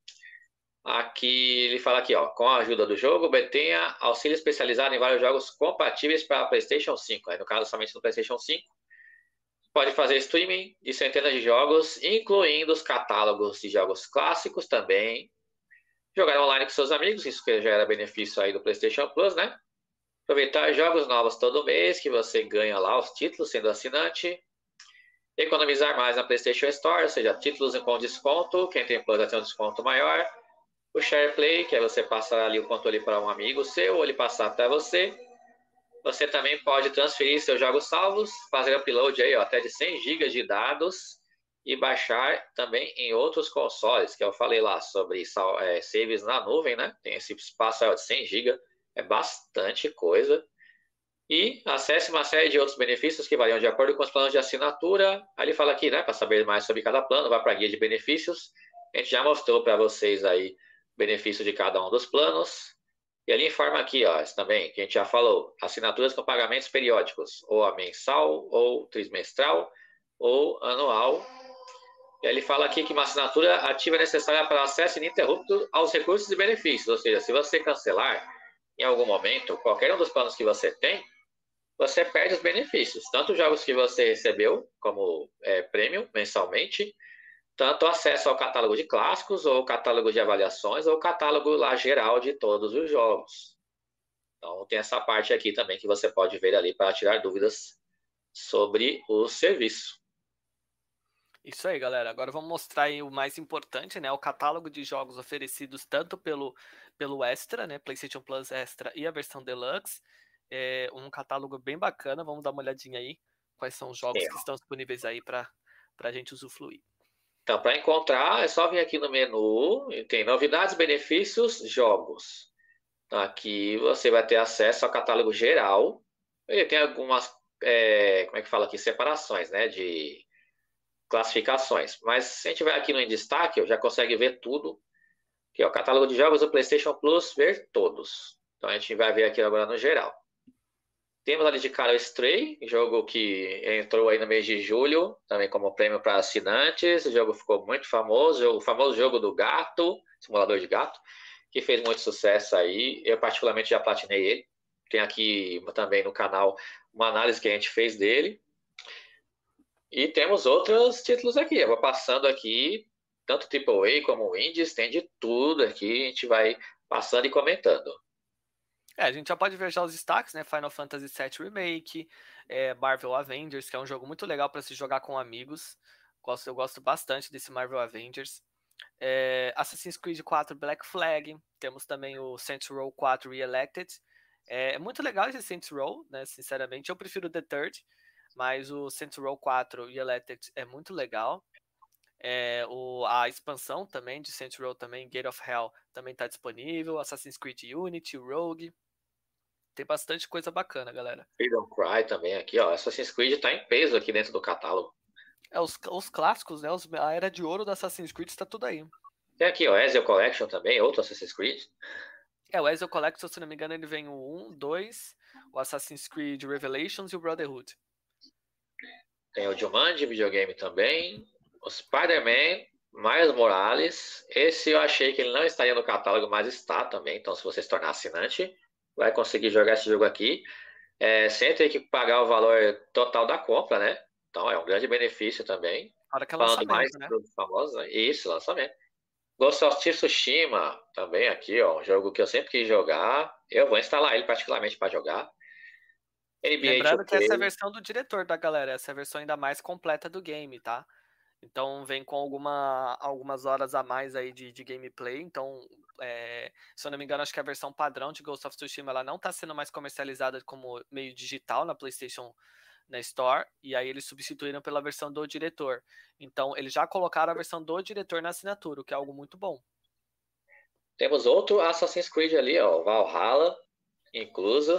Aqui ele fala aqui, ó, com a ajuda do jogo, obtenha auxílio especializado em vários jogos compatíveis para a PlayStation cinco. Aí, no caso, somente no PlayStation cinco. Pode fazer streaming de centenas de jogos, incluindo os catálogos de jogos clássicos também. Jogar online com seus amigos, isso que já era benefício aí do PlayStation Plus, né? Aproveitar jogos novos todo mês, que você ganha lá os títulos sendo assinante. Economizar mais na PlayStation Store, ou seja, títulos com desconto. Quem tem Plus vai ter um desconto maior. O Share Play, que é você passar ali o controle para um amigo seu, ou ele passar até você. Você também pode transferir seus jogos salvos, fazer upload aí, ó, até de cem gigas de dados e baixar também em outros consoles, que eu falei lá sobre é, saves na nuvem, né? Tem esse espaço aí, ó, de cem gigas, é bastante coisa. E acesse uma série de outros benefícios que variam de acordo com os planos de assinatura. Aí ele fala aqui, né, para saber mais sobre cada plano, vai para a guia de benefícios. A gente já mostrou para vocês aí benefícios de cada um dos planos. E ele informa aqui, ó, isso também, que a gente já falou, assinaturas com pagamentos periódicos, ou a mensal, ou trimestral, ou anual. E aí ele fala aqui que uma assinatura ativa é necessária para acesso ininterrupto aos recursos e benefícios, ou seja, se você cancelar em algum momento qualquer um dos planos que você tem, você perde os benefícios, tanto os jogos que você recebeu como é, prêmio mensalmente, tanto acesso ao catálogo de clássicos, ou catálogo de avaliações, ou catálogo lá geral de todos os jogos. Então tem essa parte aqui também que você pode ver ali para tirar dúvidas sobre o serviço. Isso aí, galera. Agora vamos mostrar aí o mais importante, né? O catálogo de jogos oferecidos tanto pelo, pelo Extra, né? PlayStation Plus Extra e a versão Deluxe. É um catálogo bem bacana. Vamos dar uma olhadinha aí. Quais são os jogos Sim. que estão disponíveis aí para a gente usufruir. Então, para encontrar, é só vir aqui no menu, e tem novidades, benefícios, jogos. Então, aqui você vai ter acesso ao catálogo geral. Ele tem algumas, é, como é que fala aqui, separações, né, de classificações. Mas se a gente vai aqui no em destaque, já consegue ver tudo. Aqui, ó, o catálogo de jogos do PlayStation Plus, ver todos. Então, a gente vai ver aqui agora no geral. Temos ali de cara o Stray, jogo que entrou aí no mês de julho, também como prêmio para assinantes. O jogo ficou muito famoso, o famoso jogo do gato, simulador de gato, que fez muito sucesso aí. Eu particularmente já platinei ele. Tem aqui também no canal uma análise que a gente fez dele. E temos outros títulos aqui. Eu vou passando aqui, tanto Triple A como Indies, tem de tudo aqui. A gente vai passando e comentando. É, a gente já pode ver já os destaques, né? Final Fantasy sete Remake, é, Marvel Avengers, que é um jogo muito legal para se jogar com amigos. Gosto, eu gosto bastante desse Marvel Avengers. É, Assassin's Creed quatro Black Flag. Temos também o Saints Row quatro Re-Elected. É muito legal esse Saints Row, né? Sinceramente, eu prefiro The Third, mas o Saints Row quatro Re-Elected é muito legal. É, o, a expansão também de Saints Row também, Gate of Hell, também está disponível. Assassin's Creed Unity, Rogue. Tem bastante coisa bacana, galera. Freedom Cry também aqui, ó. Assassin's Creed está em peso aqui dentro do catálogo. É, os, os clássicos, né? Os, a era de ouro da Assassin's Creed está tudo aí. Tem aqui, ó, Ezio Collection também, outro Assassin's Creed. É, o Ezio Collection, se não me engano, ele vem o um, dois, o Assassin's Creed Revelations e o Brotherhood. Tem o Jumanji, videogame também. O Spider-Man, Miles Morales. Esse eu achei que ele não estaria no catálogo, mas está também. Então, se você se tornar assinante, vai conseguir jogar esse jogo aqui. É, sem ter que pagar o valor total da compra, né? Então, é um grande benefício também. Hora que é Falando lançamento, mais né? dos famosos, né? Isso, lançamento. Ghost of Tsushima também aqui, ó. Um jogo que eu sempre quis jogar. Eu vou instalar ele particularmente para jogar. N B A Lembrando que essa é a dois K. versão do diretor da galera, essa é a versão ainda mais completa do game, tá? Então vem com alguma, algumas horas a mais aí de, de gameplay. Então, é, se eu não me engano, acho que a versão padrão de Ghost of Tsushima ela não está sendo mais comercializada como meio digital na PlayStation na Store. E aí eles substituíram pela versão do diretor. Então eles já colocaram a versão do diretor na assinatura, o que é algo muito bom. Temos outro Assassin's Creed ali, ó, Valhalla, incluso.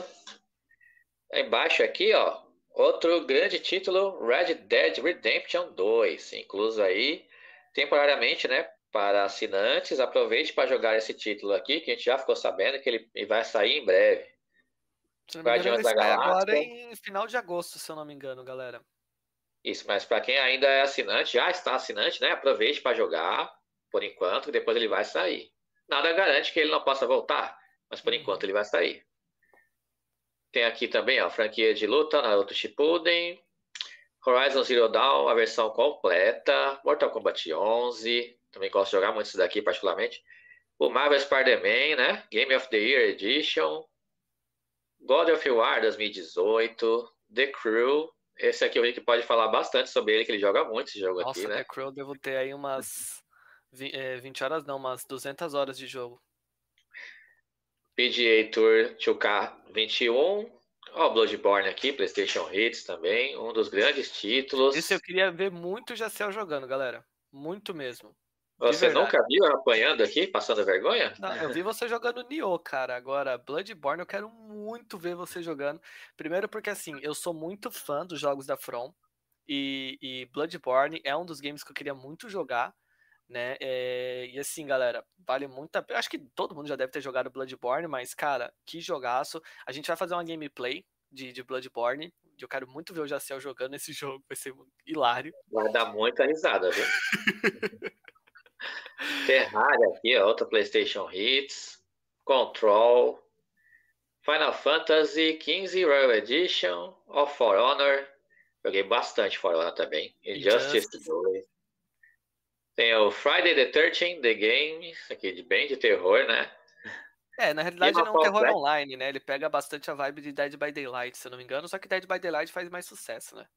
Embaixo aqui, ó, outro grande título, Red Dead Redemption dois, incluso aí. temporariamente, né? Para assinantes, aproveite para jogar esse título aqui, que a gente já ficou sabendo que ele vai sair em breve. Se não me engano, Guardiões ele da sai agora Galáxia. em final de agosto, se eu não me engano, galera. Isso, mas para quem ainda é assinante, já está assinante, né? Aproveite para jogar por enquanto, que depois ele vai sair. Nada garante que ele não possa voltar, mas por enquanto Uhum. ele vai sair. Tem aqui também, ó, franquia de luta, Naruto Shippuden, Horizon Zero Dawn, a versão completa, Mortal Kombat onze, também gosto de jogar muito isso daqui particularmente. O Marvel Spider-Man, né? Game of the Year Edition, God of War dois mil e dezoito, The Crew, esse aqui eu vi que pode falar bastante sobre ele, que ele joga muito esse jogo aqui, Nossa, né? The Crew eu devo ter aí umas vi- é, vinte horas, não, umas duzentas horas de jogo. P G A Tour dois K vinte e um, ó, Bloodborne aqui, PlayStation Hits também, um dos grandes Esse eu títulos. queria ver muito o Jacel jogando, galera. Muito mesmo. De Você verdade. nunca viu eu apanhando aqui, passando vergonha? Não, eu vi você jogando Nioh, cara. Agora, Bloodborne, eu quero muito ver você jogando. Primeiro porque, assim, eu sou muito fã dos jogos da From. E, e Bloodborne é um dos games que eu queria muito jogar, né? É, e assim, galera, vale muito a pena. Acho que todo mundo já deve ter jogado Bloodborne, mas, cara, que jogaço. A gente vai fazer uma gameplay de, de Bloodborne. Eu quero muito ver o Jacel jogando esse jogo, vai ser hilário. Vai dar muita risada, viu? Terraria aqui, ó, outra PlayStation Hits, Control, Final Fantasy quinze Royal Edition, of For Honor, joguei bastante For Honor também, Injustice Injustice. dois. Tem o Friday the thirteenth, The Game, isso aqui de bem de terror, né? É, na E realidade uma ele é um Fall terror Flat, online, né? Ele pega bastante a vibe de Dead by Daylight, se eu não me engano, só que Dead by Daylight faz mais sucesso, né?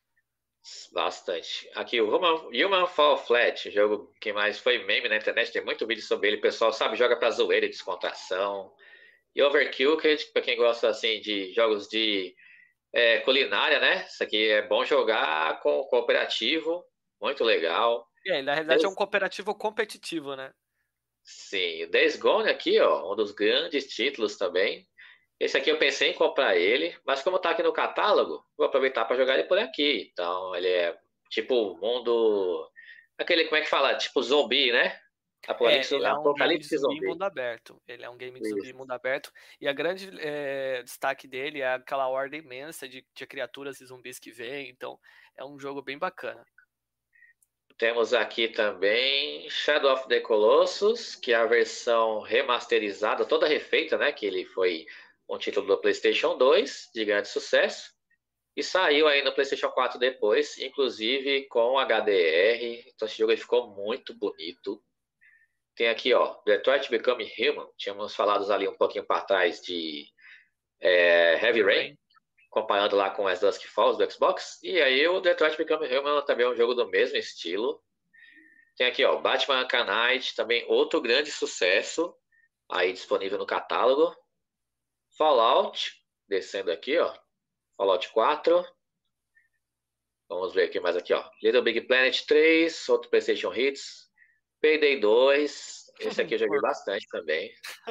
bastante. Aqui o Human, Human Fall Flat, jogo que mais foi meme na internet, tem muito vídeo sobre ele, o pessoal sabe, joga pra zoeira e descontração. E Overkill, que para quem gosta assim de jogos de é, culinária, né? Isso aqui é bom jogar com cooperativo, muito legal. É, na realidade é um Days- cooperativo competitivo, né? sim, o Days Gone aqui, ó, um dos grandes títulos também. Esse aqui eu pensei em comprar ele, mas como tá aqui no catálogo, vou aproveitar para jogar ele por aqui. Então, ele é tipo mundo. Aquele, como é que fala? Tipo zumbi, né? É, Apocalipse, ele é um game de Apocalipse zumbi em zumbi. mundo aberto. Ele é um game de zumbi em Isso. mundo aberto. E a grande é, destaque dele é aquela horda imensa de, de criaturas e zumbis que vem. Então, é um jogo bem bacana. Temos aqui também Shadow of the Colossus, que é a versão remasterizada, toda refeita, né? Que ele foi um título do PlayStation dois, de grande sucesso. E saiu aí no PlayStation quatro depois, inclusive com H D R. Então esse jogo aí ficou muito bonito. Tem aqui, ó, Detroit Become Human. Tínhamos falado ali um pouquinho para trás de é, Heavy Heavy Rain, Rain. comparando lá com As Dusk Falls do Xbox. E aí o Detroit Become Human também é um jogo do mesmo estilo. Tem aqui, ó, Batman Arkham Knight, também outro grande sucesso, aí disponível no catálogo. Fallout, descendo aqui, ó, Fallout quatro. Vamos ver aqui mais aqui, ó. Little Big Planet três, outro PlayStation Hits. Payday dois, esse aqui eu joguei Porco. bastante também.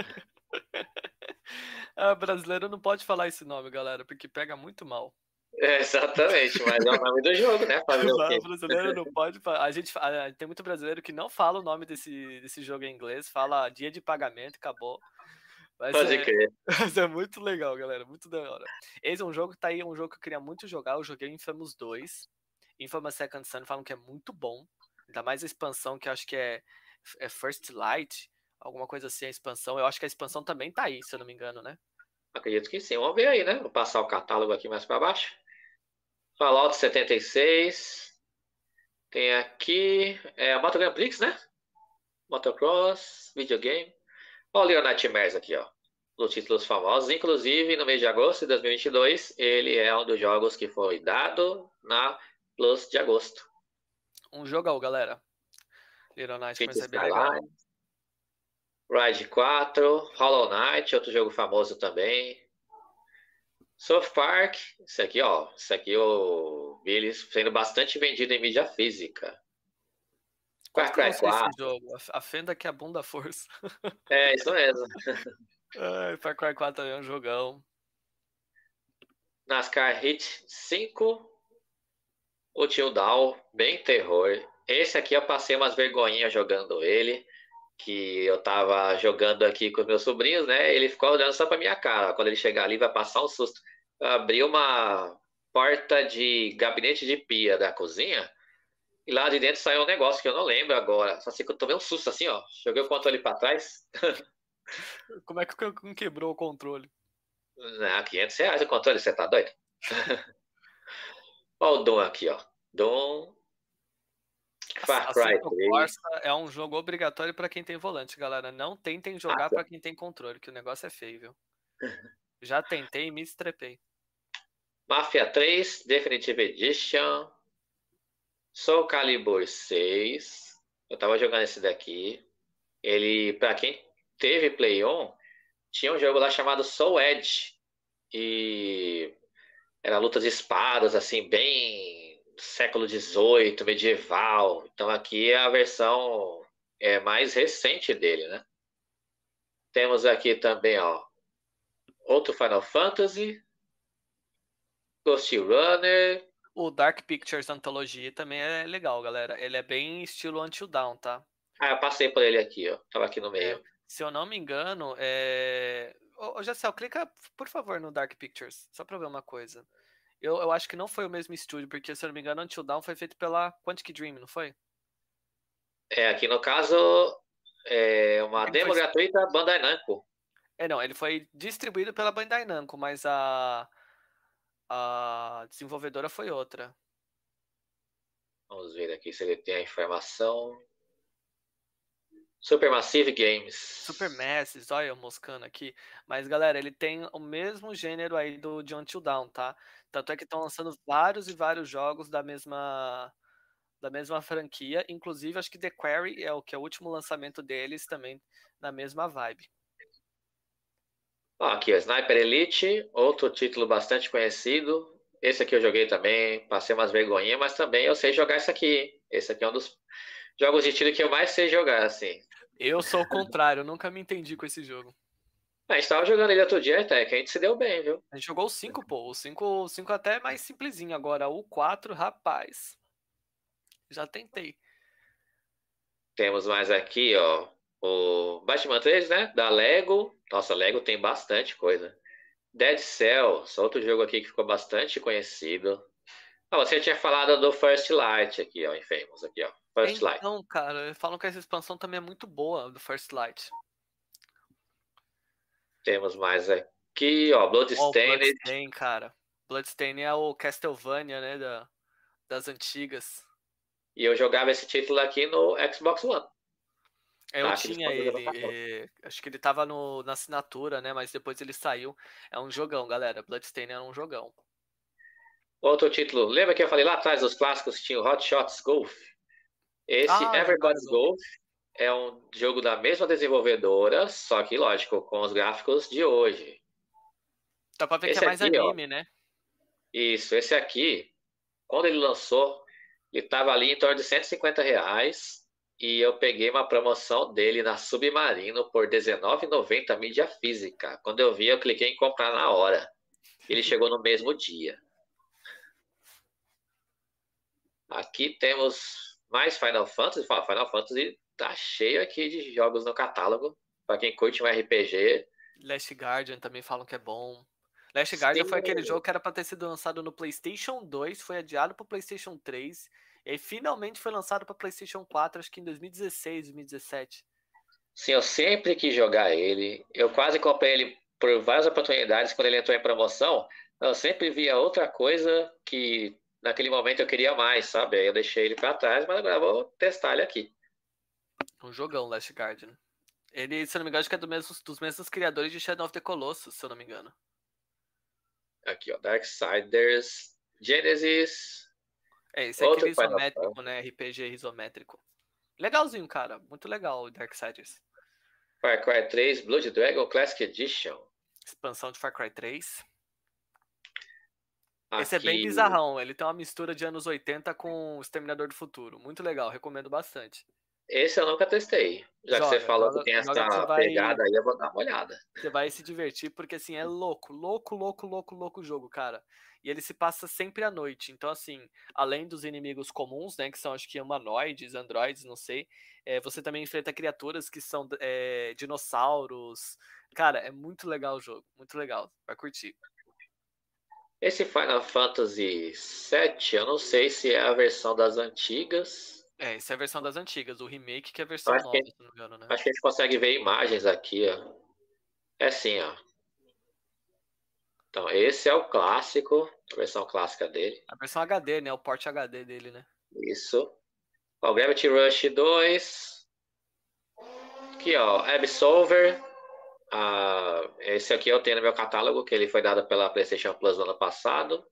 Ah, brasileiro não pode falar esse nome, galera, porque pega muito mal. É, exatamente, mas é o nome do jogo, né? Fazer o O quê? brasileiro não pode. fa- A gente fa- tem muito brasileiro que não fala o nome desse, desse jogo em inglês, fala dia de pagamento, acabou. Mas Pode é, crer. mas é muito legal, galera. Muito da hora. Esse é um jogo que tá aí, é um jogo que eu queria muito jogar. Eu joguei Infamous dois. Infamous Second Son falam que é muito bom. Ainda mais a expansão, que eu acho que é, é First Light, alguma coisa assim, a expansão. Eu acho que a expansão também tá aí, se eu não me engano, né? Acredito que sim. Vamos ver aí, né? Vou passar o catálogo aqui mais para baixo. Fallout setenta e seis. Tem aqui é, Moto Grand Prix, né? Motocross, videogame. Olha o Leon Nightmares aqui, ó. Dos títulos famosos. Inclusive, no mês de agosto de dois mil e vinte e dois, ele é um dos jogos que foi dado na Plus de agosto. Um jogão, galera. Little City Nightmares é bem legal. Skyline, Ride quatro, Hollow Knight, outro jogo famoso também. South Park, isso aqui, ó. Isso aqui eu vi ele sendo bastante vendido em mídia física. Quanto Far que eu Cry não sei esse quatro, jogo? A a fenda que abunda a força. é isso mesmo. Ai, Far Cry quatro também é um jogão. NASCAR Hit cinco, o Tio Down, bem terror. Esse aqui eu passei umas vergonhinhas jogando ele, que eu tava jogando aqui com os meus sobrinhos, né? Ele ficou olhando só pra minha cara. Quando ele chegar ali, vai passar um susto. Eu abri uma porta de gabinete de pia da cozinha e lá de dentro saiu um negócio que eu não lembro agora. Só sei que eu tomei um susto assim, ó. Joguei o controle pra trás. Como é que não quebrou o controle? Não, quinhentos reais o controle, você tá doido? Olha o Doom aqui, ó. Doom Far Cry Assetto três. Corsa é um jogo obrigatório pra quem tem volante, galera. Não tentem jogar Massa. pra quem tem controle, que o negócio é feio, viu? Já tentei e me estrepei. Mafia três Definitive Edition. Soul Calibur seis. Eu tava jogando esse daqui. Ele, pra quem teve Play On, tinha um jogo lá chamado Soul Edge. E era luta de espadas, assim, bem século dezoito, medieval. Então aqui é a versão é, mais recente dele, né? Temos aqui também, ó, outro Final Fantasy, Ghost Runner. O Dark Pictures Anthology também é legal, galera. Ele é bem estilo Until Dawn, tá? Ah, eu passei por ele aqui, ó. Tava aqui no É, meio. se eu não me engano, é. Ô, ô Jacel, clica, por favor, no Dark Pictures, só pra ver uma coisa. Eu, eu acho que não foi o mesmo estúdio, porque se eu não me engano, Until Dawn foi feito pela Quantic Dream, não foi? É, aqui no caso, é uma Porque ele foi. demo gratuita Bandai Namco. É, não, ele foi distribuído pela Bandai Namco, mas a, a desenvolvedora foi outra. Vamos ver aqui se ele tem a informação. Supermassive Games. Supermassive, olha eu moscando aqui. Mas, galera, ele tem o mesmo gênero aí do de Until Dawn, tá? Tanto é que estão lançando vários e vários jogos da mesma da mesma franquia. Inclusive, acho que The Quarry é o que é o último lançamento deles também na mesma vibe. Ó, aqui, ó, Sniper Elite, outro título bastante conhecido. Esse aqui eu joguei também, passei umas vergonhinhas, mas também eu sei jogar isso aqui. Esse aqui é um dos jogos de tiro que eu mais sei jogar, assim. Eu sou o contrário, eu nunca me entendi com esse jogo. A gente tava jogando ele outro dia, até que a gente se deu bem, viu? A gente jogou o cinco, pô. O cinco, o cinco até é mais simplesinho. Agora, o quatro, rapaz. Já tentei. Temos mais aqui, ó, o Batman três, né? Da Lego. Nossa, Lego tem bastante coisa. Dead Cells, outro jogo aqui que ficou bastante conhecido. Ah, você tinha falado do First Light aqui, ó, Infamous aqui, ó. First Light. Então, cara, falam que essa expansão também é muito boa do First Light. Temos mais aqui, ó, Ó, o Bloodstained. Bloodstain, cara. Bloodstain é o Castlevania, né, da, das antigas. E eu jogava esse título aqui no Xbox One. Eu Tá aqui tinha disponível no ele, cartão. eh, acho que ele tava no, na assinatura, né, mas depois ele saiu. É um jogão, galera. Bloodstain é um jogão. Outro título, lembra que eu falei lá atrás dos clássicos tinha o Hot Shots Golf? Esse Ah, jogaram Everybody's Golf. Golf é um jogo da mesma desenvolvedora, só que, lógico, com os gráficos de hoje. Dá pra ver que é Esse mais aqui, ó, anime, né? isso, esse aqui, quando ele lançou, ele tava ali em torno de cento e cinquenta reais e eu peguei uma promoção dele na Submarino por dezenove e noventa mídia física. Quando eu vi, eu cliquei em comprar na hora. Ele chegou no mesmo dia. Aqui temos mais Final Fantasy. Final Fantasy tá cheio aqui de jogos no catálogo. Para quem curte um R P G. Last Guardian também falam que é bom. Last Guardian Sim, foi aquele jogo que era pra ter sido lançado no PlayStation dois, foi adiado pro PlayStation três, e aí finalmente foi lançado pra PlayStation quatro, acho que em dois mil e dezesseis, dois mil e dezessete. sim, eu sempre quis jogar ele. Eu quase comprei ele por várias oportunidades quando ele entrou em promoção. Eu sempre via outra coisa que naquele momento eu queria mais, sabe? Aí eu deixei ele para trás, mas agora eu vou testar ele aqui. Um jogão, Last Guardian. Ele, se eu não me engano, acho que é do mesmo, dos mesmos criadores de Shadow of the Colossus, se eu não me engano. Aqui, ó, Darksiders, Genesis, É, esse é aquele outro Final isométrico, Fantasy, né? R P G isométrico. Legalzinho, cara. Muito legal o Darksiders. Far Cry três, Blood Dragon Classic Edition. Expansão de Far Cry três. Esse é bem Aqui, bizarrão. Ele tem uma mistura de anos oitenta com o Exterminador do Futuro. Muito legal, recomendo bastante. Esse eu nunca testei. Já que você Joga, falou que joga, tem joga que você essa vai, pegada aí, eu vou dar uma olhada. você vai se divertir, porque assim, é louco, louco, louco, louco, louco o jogo, cara. E ele se passa sempre à noite. Então, assim, além dos inimigos comuns, né, que são acho que humanoides, androides, não sei, é, você também enfrenta criaturas que são é, dinossauros. Cara, é muito legal o jogo, muito legal. Vai curtir. Esse Final Fantasy sete, eu não sei se é a versão das antigas. É, essa é a versão das antigas, o remake que é a Eu versão acho que, nova, se não me engano, né? acho que a gente consegue ver imagens aqui, ó. É assim, ó. Então, esse é o clássico, a versão clássica dele. A versão H D, né? O port H D dele, né? Isso. Ó, Gravity Rush dois. Aqui, ó, Absolver. Ah, esse aqui eu tenho no meu catálogo, que ele foi dado pela PlayStation Plus no ano passado.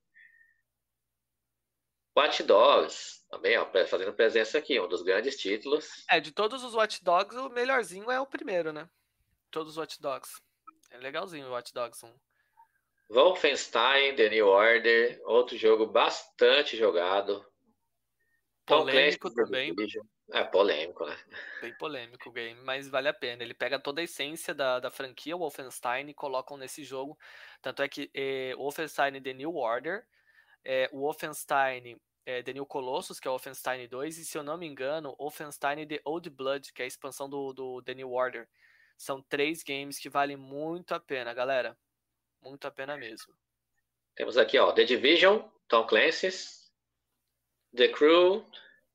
Watch Dogs, também, ó, fazendo presença aqui, um dos grandes títulos. É, de todos os Watch Dogs, o melhorzinho é o primeiro, né? Todos os Watch Dogs. É legalzinho o Watch Dogs um. Wolfenstein, The New Order, outro jogo bastante jogado. Tom Polêmico Clancy's The também, Division. É polêmico, né? bem polêmico o game, mas vale a pena. Ele pega toda a essência da, da franquia Wolfenstein e colocam nesse jogo. Tanto é que eh, Wolfenstein The New Order, eh, o Wolfenstein eh, The New Colossus, que é o Wolfenstein dois, e se eu não me engano, Wolfenstein The Old Blood, que é a expansão do, do The New Order. São três games que valem muito a pena, galera. Muito a pena mesmo. Temos aqui, ó, The Division, Tom Clancy's, The Crew,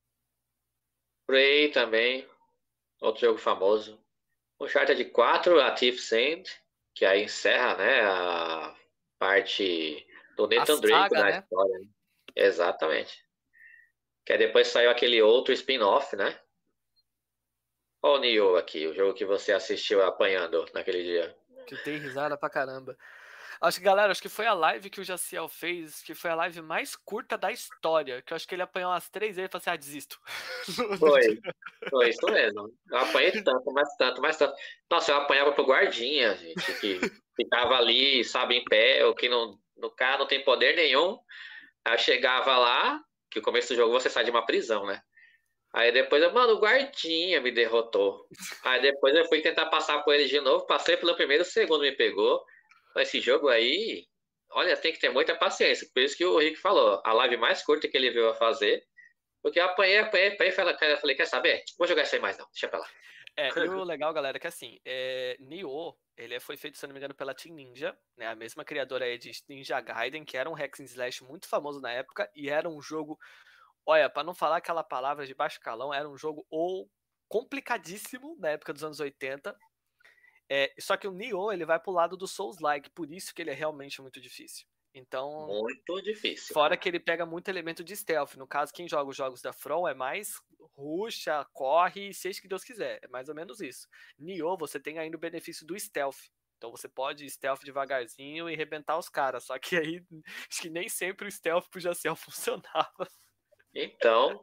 Prey também, outro jogo famoso. Uncharted quatro, A Thief's End, que aí encerra, né, a parte do A Nathan Drake saga, da né? história. Né? Exatamente. Que aí depois saiu aquele outro spin-off, né? Olha o Nioh aqui, o jogo que você assistiu apanhando naquele dia. Que eu dei risada pra caramba. Acho que, galera, acho que foi a live que o Jaciel fez, que foi a live mais curta da história. Que eu acho que ele apanhou umas três vezes e falou assim: ah, desisto. Foi, foi isso mesmo. Eu apanhei tanto, mais tanto, mais tanto. Nossa, eu apanhava pro guardinha, gente, que ficava ali, sabe, em pé, o que não, no cara não tem poder nenhum. Aí eu chegava lá, que o começo do jogo você sai de uma prisão, né? Aí depois, eu, mano, o guardinha me derrotou. Aí depois eu fui tentar passar por ele de novo, passei pelo primeiro, o segundo me pegou. Esse jogo aí, olha, tem que ter muita paciência. Por isso que o Rick falou, a live mais curta que ele veio a fazer, porque eu apanhei, apanhei, apanhei, falei, falei, quer saber? Vou jogar isso aí mais não, deixa pra lá. É, e o legal, galera, é que assim, é, Nioh, ele foi feito, se eu não me engano, pela Team Ninja, né? A mesma criadora aí de Ninja Gaiden, que era um hack and slash muito famoso na época, e era um jogo, olha, pra não falar aquela palavra de baixo calão, era um jogo ou complicadíssimo na época dos anos oitenta. É, só que o Nioh, ele vai pro lado do Souls-like, por isso que ele é realmente muito difícil. Então, Muito difícil, fora cara. que ele pega muito elemento de stealth. No caso, quem joga os jogos da From é mais ruxa, corre, seja que Deus quiser. É mais ou menos isso. Nioh, você tem ainda o benefício do stealth. Então você pode stealth devagarzinho e arrebentar os caras. Só que aí, acho que nem sempre o stealth pro Jaciel funcionava. Então,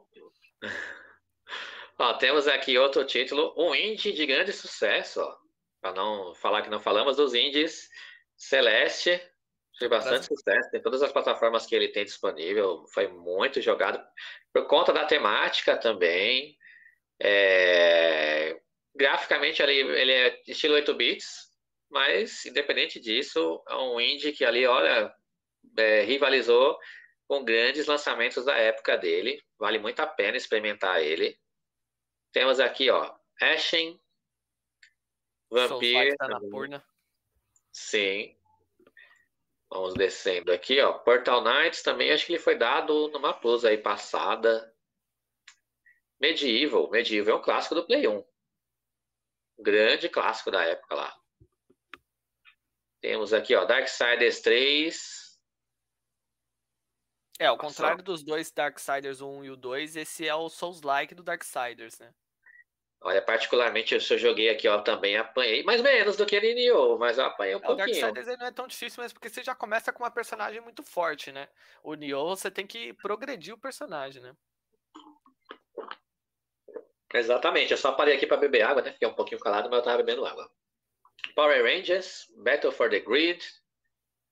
ó, temos aqui outro título, um indie de grande sucesso, ó. Para não falar que não falamos dos indies, Celeste, foi bastante sucesso, tem todas as plataformas que ele tem disponível, foi muito jogado por conta da temática também. É, graficamente ali, ele é estilo oito bits, mas independente disso, é um indie que ali, olha, é, rivalizou com grandes lançamentos da época dele. Vale muito a pena experimentar ele. Temos aqui, ó, Ashen, Souls-like Vampire, tá na purna. sim. Vamos descendo aqui, ó. Portal Knights também, acho que ele foi dado numa plus aí passada. Medieval, Medieval é um clássico do Play um. Grande clássico da época lá. Temos aqui, ó, Darksiders três. É, ao Nossa, contrário dos dois Darksiders, o um e o dois, esse é o Souls-like do Darksiders, né? olha, particularmente eu só joguei aqui, ó, também apanhei, mais menos do que N N O, mas eu apanhei um É, o pouquinho. Darksiders ele não é tão difícil, mas porque você já começa com uma personagem muito forte, né? O Nioh, você tem que progredir o personagem, né? Exatamente, eu só parei aqui para beber água, né? Fiquei um pouquinho calado, mas eu tava bebendo água. Power Rangers, Battle for the Grid,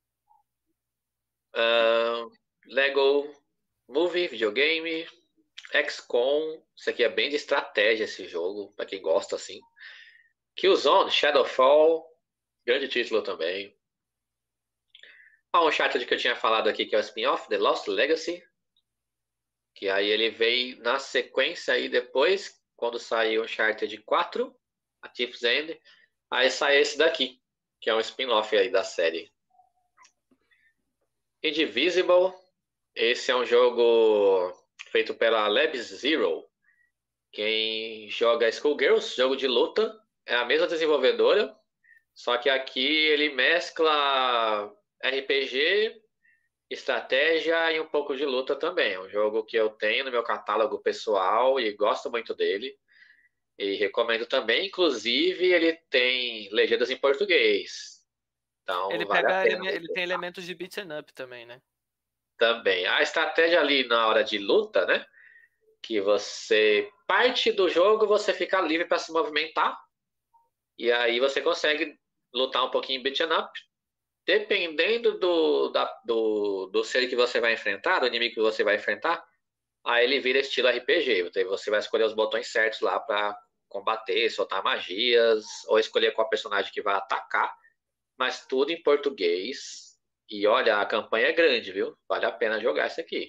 uh, Lego Movie, videogame, X COM, isso aqui é bem de estratégia esse jogo, pra quem gosta assim. Killzone, Shadowfall, grande título também. Ah, um Uncharted que eu tinha falado aqui, que é o spin-off, The Lost Legacy, que aí ele veio na sequência aí depois, quando saiu o Uncharted quatro, a Thief's End, aí sai esse daqui, que é um spin-off aí da série. Indivisible, esse é um jogo feito pela Lab Zero. Quem joga Skullgirls, jogo de luta, é a mesma desenvolvedora, só que aqui ele mescla R P G, estratégia e um pouco de luta também. É um jogo que eu tenho no meu catálogo pessoal e gosto muito dele. E recomendo também, inclusive, ele tem legendas em português. Ele Então vale a pega pena ele, ele tem elementos de beat'em up também, né? também. A estratégia ali na hora de luta, né? Que você parte do jogo, você fica livre para se movimentar. E aí você consegue lutar um pouquinho em beat'em up. Dependendo do, da, do, do ser que você vai enfrentar, do inimigo que você vai enfrentar, aí ele vira estilo R P G. Então você vai escolher os botões certos lá para combater, soltar magias, ou escolher qual personagem que vai atacar. Mas tudo em português. E olha, a campanha é grande, viu? Vale a pena jogar isso aqui.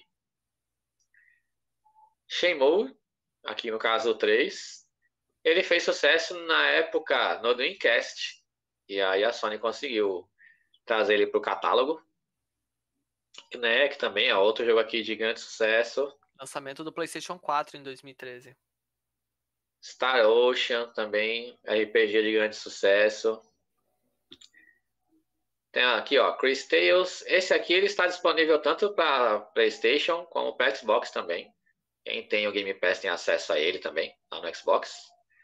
Shenmue, aqui no caso o três, ele fez sucesso na época no Dreamcast. E aí a Sony conseguiu trazer ele para o catálogo. Né, que também é outro jogo aqui de grande sucesso. Lançamento do PlayStation quatro em dois mil e treze. Star Ocean também, R P G de grande sucesso. Tem aqui, ó, Chris Tales. Esse aqui ele está disponível tanto para PlayStation como para Xbox também. Quem tem o Game Pass tem acesso a ele também, lá no Xbox.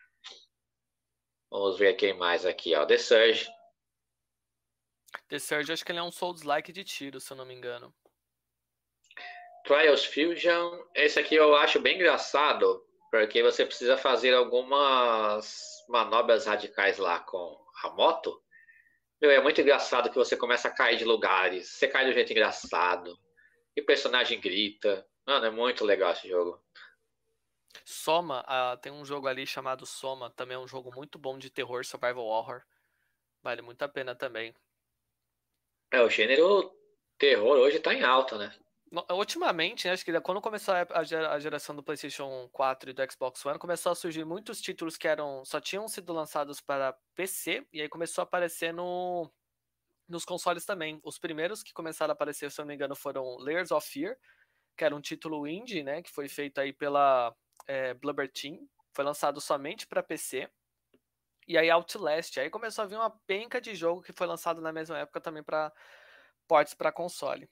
Vamos ver quem mais aqui, ó. The Surge. The Surge, acho que ele é um Souls-like de tiro, se eu não me engano. Trials Fusion. Esse aqui eu acho bem engraçado, porque você precisa fazer algumas manobras radicais lá com a moto. Meu, é muito engraçado que você começa a cair de lugares. Você cai de um jeito engraçado. E o personagem grita. Mano, é muito legal esse jogo. Soma, ah, tem um jogo ali chamado Soma, também é um jogo muito bom de terror, survival horror. Vale muito a pena também. É, o gênero terror hoje tá em alta, né? No- Ultimamente, né, acho que quando começou a a gera- a geração do PlayStation quatro e do Xbox One, começou a surgir muitos títulos que eram só tinham sido lançados para P C, e aí começou a aparecer no, nos consoles também. Os primeiros que começaram a aparecer, se eu não me engano, foram Layers of Fear, que era um título indie, né, que foi feito aí pela é, Bloober Team, foi lançado somente para P C. E aí Outlast, aí começou a vir uma penca de jogo que foi lançado na mesma época também para ports para console.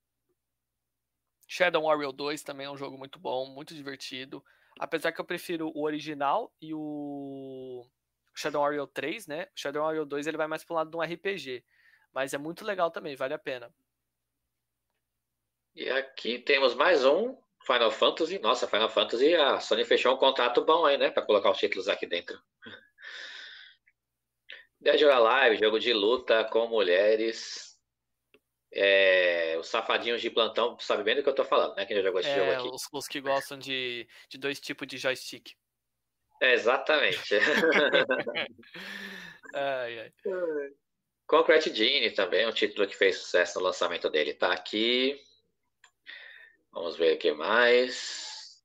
Shadow Warrior dois também é um jogo muito bom, muito divertido. Apesar que eu prefiro o original e o Shadow Warrior três, né? O Shadow Warrior dois ele vai mais pro lado de um R P G, mas é muito legal também, vale a pena. E aqui temos mais um Final Fantasy. Nossa, Final Fantasy, a Sony fechou um contrato bom aí, né? Pra colocar os títulos aqui dentro. Dead or Alive, jogo de luta com mulheres. É, os safadinhos de plantão sabe bem do que eu tô falando, né? Quem já jogou esse jogo É, aqui. os, os que gostam de, de dois tipos de joystick. É, exatamente. Ai, ai. Concrete Genie também, um título que fez sucesso no lançamento dele. Tá aqui. Vamos ver o que mais.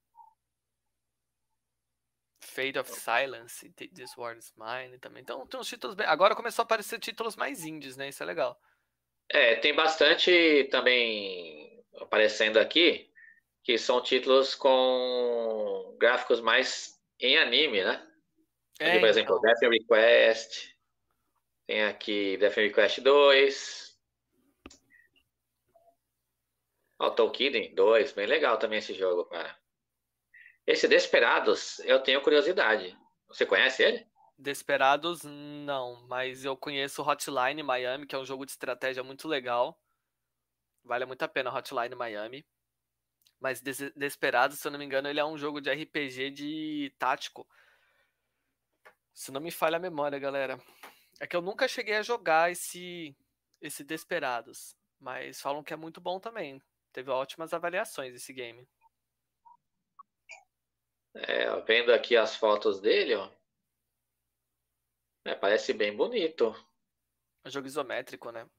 Fate of Silence, This War is Mine também. Então tem uns títulos bem. Agora começou a aparecer títulos mais indies, né? Isso é legal. É, tem bastante também aparecendo aqui, que são títulos com gráficos mais em anime, né? Aqui, É, por exemplo, então. Death Request. Tem aqui Death Request dois. Autokiden dois. Bem legal também esse jogo, cara. Esse Desperados, eu tenho curiosidade. Você conhece ele? Desperados, não, mas eu conheço Hotline Miami, que é um jogo de estratégia muito legal. Vale muito a pena Hotline Miami. Mas Des- Desperados, se eu não me engano, ele é um jogo de R P G de tático. Se não me falha a memória, galera. É que eu nunca cheguei a jogar esse, esse Desperados. Mas falam que é muito bom também. Teve ótimas avaliações esse game. É, ó, vendo aqui as fotos dele, ó, é, parece bem bonito. É um jogo isométrico, né?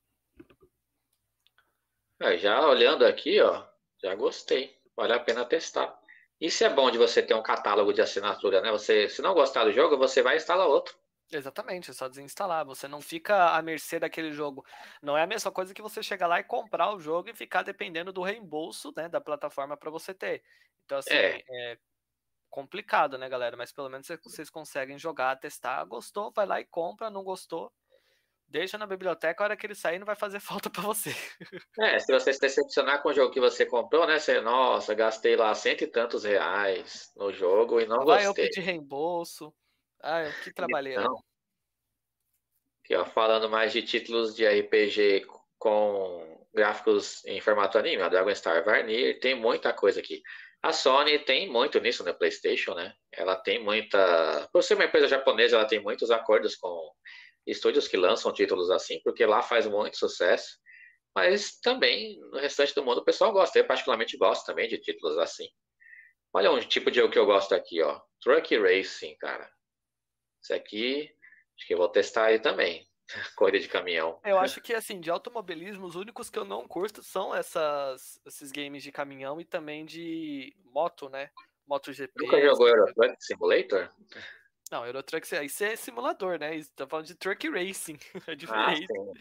É, já olhando aqui, ó, já gostei. Vale a pena testar. Isso é bom de você ter um catálogo de assinatura, né? Você, se não gostar do jogo, você vai instalar outro. Exatamente, é só desinstalar. Você não fica à mercê daquele jogo. Não é a mesma coisa que você chegar lá e comprar o jogo e ficar dependendo do reembolso, né, da plataforma para você ter. Então, assim, É, é complicado, né, galera? Mas pelo menos vocês conseguem jogar, testar. Gostou, vai lá e compra. Não gostou, deixa na biblioteca. A hora que ele sair, não vai fazer falta para você. é, se você se decepcionar com o jogo que você comprou, né? Você, nossa, gastei lá cento e tantos reais no jogo e não Lá vai eu gostei. pedir reembolso. Ah, que trabalheira. Então, aqui, ó, falando mais de títulos de R P G com gráficos em formato anime, a Dragon Star Varnir, tem muita coisa aqui. A Sony tem muito nisso na PlayStation, né? Ela tem muita. Por ser uma empresa japonesa, ela tem muitos acordos com estúdios que lançam títulos assim, porque lá faz muito sucesso. Mas também no restante do mundo o pessoal gosta. Eu particularmente gosto também de títulos assim. Olha um tipo de jogo que eu gosto aqui, ó. Truck Racing, cara. Isso aqui, acho que eu vou testar aí também. Corrida de caminhão. Eu acho que, assim, de automobilismo, os únicos que eu não curto são essas, esses games de caminhão e também de moto, né? Nunca MotoGP. jogou essas Euro coisas. Truck Simulator? Não, Euro Truck, isso é simulador, né? Isso tá falando de Truck Racing. É Ah, diferente. sim.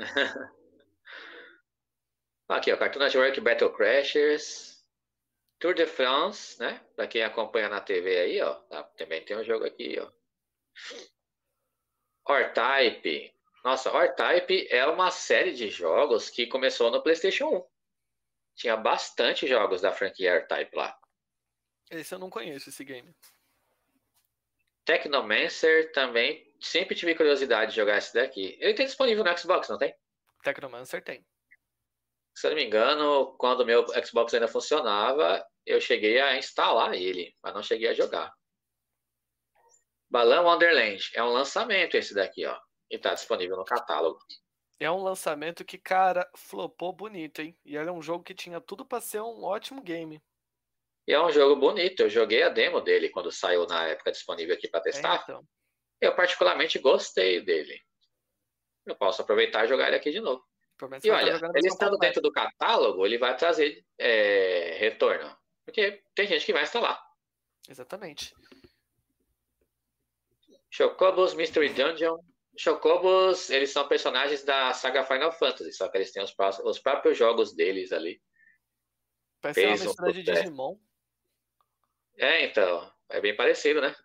Aqui, ó, Cartoon Network Battle Crashers, Tour de France, né? Pra quem acompanha na T V aí, ó. Tá, também tem um jogo aqui, ó. R-Type. Nossa, R-Type é uma série de jogos que começou no PlayStation um. Tinha bastante jogos da franquia R-Type lá. Esse eu não conheço, esse game. Technomancer também. Sempre tive curiosidade de jogar esse daqui. Ele tem disponível no Xbox, não tem? Technomancer tem. Se eu não me engano, quando o meu Xbox ainda funcionava, eu cheguei a instalar ele, mas não cheguei a jogar. Balão Wonderland. É um lançamento esse daqui, ó. E tá disponível no catálogo. É um lançamento que, cara, flopou bonito, hein? E ele é um jogo que tinha tudo pra ser um ótimo game. E é um jogo bonito. Eu joguei a demo dele quando saiu na época disponível aqui para É, testar. então. Eu particularmente gostei dele. Eu posso aproveitar e jogar ele aqui de novo. Pelo menos E você vai estar olha, jogando a ele versão estando completa. dentro do catálogo, ele vai trazer é, retorno. Porque tem gente que vai instalar. Exatamente. Chocobos Mystery Dungeon. Chocobos, eles são personagens da saga Final Fantasy, só que eles têm os, pró- os próprios jogos deles ali. Vai ser uma Fez um mistura de sucesso. Digimon. É, então, é bem parecido, né?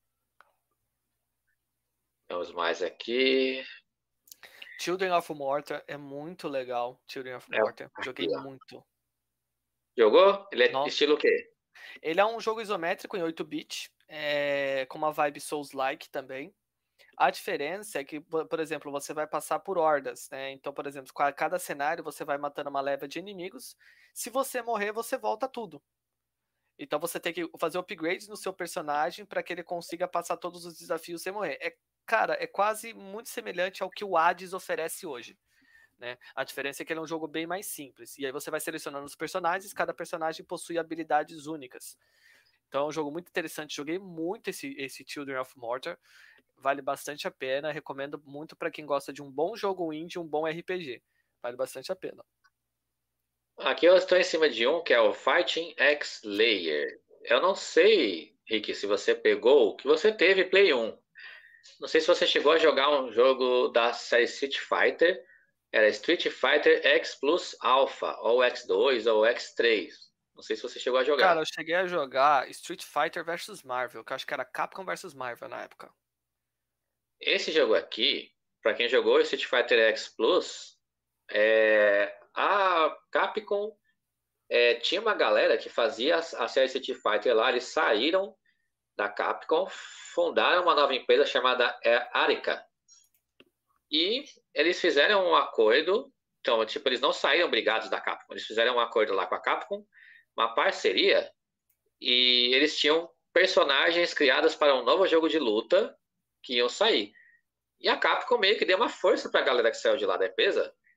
Vamos mais aqui. Children of Morta é muito legal. Children of É, Morta. aqui, Joguei ó. muito. Jogou? Ele é Nossa. estilo o quê? Ele é um jogo isométrico em oito bits, é, com uma vibe Souls-like também. A diferença é que, por por exemplo, você vai passar por hordas, né? Então, por exemplo, a cada cenário você vai matando uma leva de inimigos. Se você morrer, você volta tudo. Então você tem que fazer upgrades no seu personagem para que ele consiga passar todos os desafios sem morrer. É, cara, é quase muito semelhante ao que o Hades oferece hoje. Né? A diferença é que ele é um jogo bem mais simples. E aí você vai selecionando os personagens, cada personagem possui habilidades únicas. Então é um jogo muito interessante. Joguei muito esse, esse Children of Mortar. Vale bastante a pena. Recomendo muito para quem gosta de um bom jogo indie, um bom R P G. Vale bastante a pena. Aqui eu estou em cima de um que é o Fighting X Layer. Eu não sei, Rick, se você pegou, que você teve Play um. Não sei se você chegou a jogar um jogo da série Street Fighter. Era Street Fighter X Plus Alpha, ou X dois, ou X três. Não sei se você chegou a Cara, jogar. eu cheguei a jogar Street Fighter versus Marvel, que eu acho que era Capcom versus Marvel na época. Esse jogo aqui, para quem jogou Street Fighter X Plus, é, a Capcom é, tinha uma galera que fazia a série Street Fighter lá, eles saíram da Capcom, fundaram uma nova empresa chamada é, Arica. E eles fizeram um acordo, então, tipo, eles não saíram brigados da Capcom, eles fizeram um acordo lá com a Capcom, uma parceria, e eles tinham personagens criados para um novo jogo de luta que iam sair. E a Capcom meio que deu uma força para a galera que saiu de lá da empresa,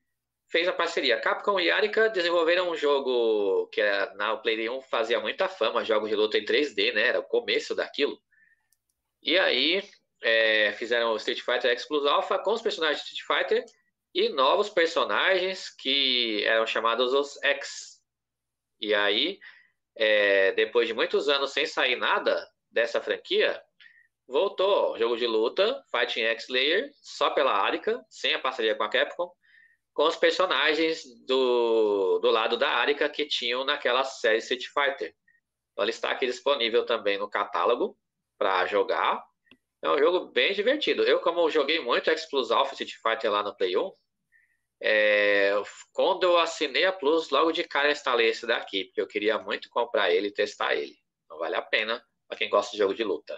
fez a parceria. Capcom e Arica desenvolveram um jogo que era, na Play um fazia muita fama, jogos de luta em três D, né? Era o começo daquilo. E aí é, fizeram o Street Fighter X Plus Alpha com os personagens de Street Fighter e novos personagens que eram chamados os X. E aí, é, depois de muitos anos sem sair nada dessa franquia, voltou o jogo de luta, Fighting X Layer, só pela Arica, sem a parceria com a Capcom, com os personagens do, do lado da Arica que tinham naquela série Street Fighter. Então ele está aqui disponível também no catálogo para jogar. É um jogo bem divertido. Eu, como joguei muito X Plus Alpha Street Fighter lá no Play um, é, quando eu assinei a Plus, logo de cara eu instalei esse daqui, porque eu queria muito comprar ele e testar ele. Então vale a pena para quem gosta de jogo de luta.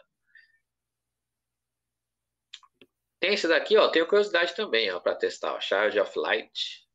Tem esse daqui, ó, tenho curiosidade também, ó, para testar, ó, Charge of Light.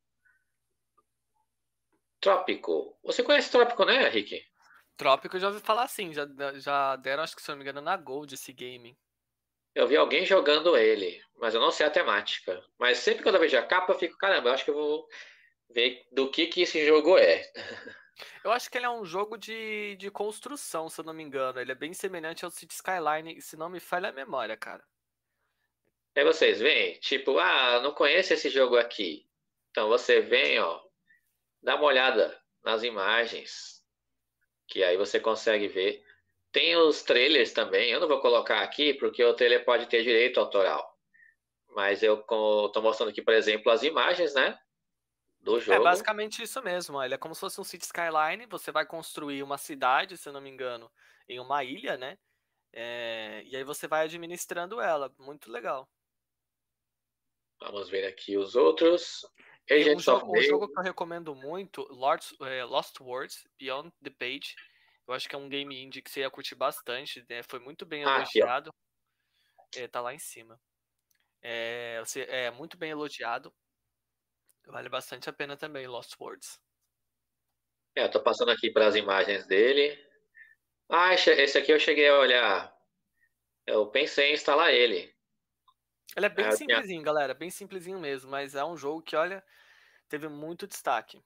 Trópico. Você conhece Trópico, né, Rick? Trópico eu já ouvi falar assim, já, já deram, acho que se eu não me engano, na Gold esse game. Eu vi alguém jogando ele, mas eu não sei a temática. Mas sempre quando eu vejo a capa, eu fico, caramba, eu acho que eu vou ver do que que esse jogo é. Eu acho que ele é um jogo de, de construção, se eu não me engano. Ele é bem semelhante ao City Skyline, se não me falha a memória, cara. Aí vocês veem, tipo, ah, não conheço esse jogo aqui. Então você vem, ó, dá uma olhada nas imagens, que aí você consegue ver. Tem os trailers também, eu não vou colocar aqui porque o trailer pode ter direito autoral. Mas eu estou mostrando aqui, por exemplo, as imagens, né, do É jogo. basicamente isso mesmo. Ó. Ele é como se fosse um City Skyline. Você vai construir uma cidade, se eu não me engano, em uma ilha, né? É, e aí você vai administrando ela. Muito legal. Vamos ver aqui os outros. E um Agents of jogo, um Mayhem. jogo que eu recomendo muito, Lords, é, Lost Words Beyond the Page. Eu acho que é um game indie que você ia curtir bastante, né? Foi muito bem Ah, aqui, ó. elogiado. É, tá lá em cima. É, você, é muito bem elogiado. Vale bastante a pena também, Lost Words. É, eu tô passando aqui para as imagens dele. Ah, esse esse aqui eu cheguei a olhar. Eu pensei em instalar ele. Ele é bem Ah, eu tinha... simplesinho, galera. Bem simplesinho mesmo. Mas é um jogo que, olha, teve muito destaque.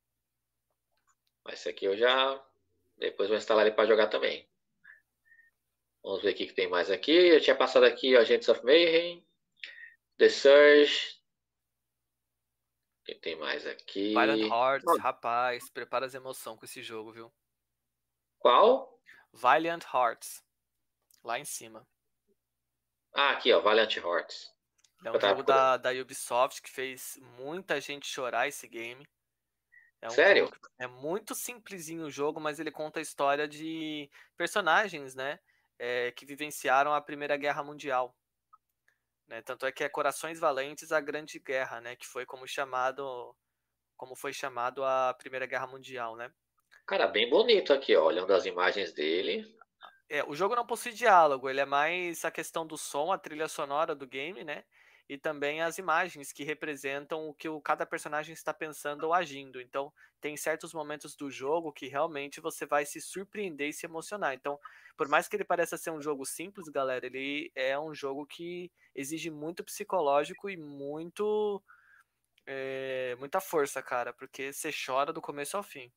Esse aqui eu já. Depois vou instalar ele para jogar também. Vamos ver o que que tem mais aqui. Eu tinha passado aqui ó, Agents of Mayhem, The Surge. O que tem mais Valiant aqui? Hearts, Oh, rapaz, prepara as emoções com esse jogo, viu? qual? Valiant Hearts, lá em cima. Ah, aqui, ó, Valiant Hearts. É Eu um tava jogo procurando. da, da Ubisoft que fez muita gente chorar esse game. É um jogo Sério? que é muito simplesinho o jogo, mas ele conta a história de personagens, né? É, que vivenciaram a Primeira Guerra Mundial. Né? Tanto é que é Corações Valentes a Grande Guerra, né? Que foi como chamado, como foi chamado a Primeira Guerra Mundial, né? Cara, bem bonito aqui, ó, olhando as imagens dele. É, o jogo não possui diálogo, ele é mais a questão do som, a trilha sonora do game, né? E também as imagens que representam o que o, cada personagem está pensando ou agindo. Então, tem certos momentos do jogo que realmente você vai se surpreender e se emocionar. Então, por mais que ele pareça ser um jogo simples, galera, ele é um jogo que exige muito psicológico e muito é, muita força, cara, porque você chora do começo ao fim.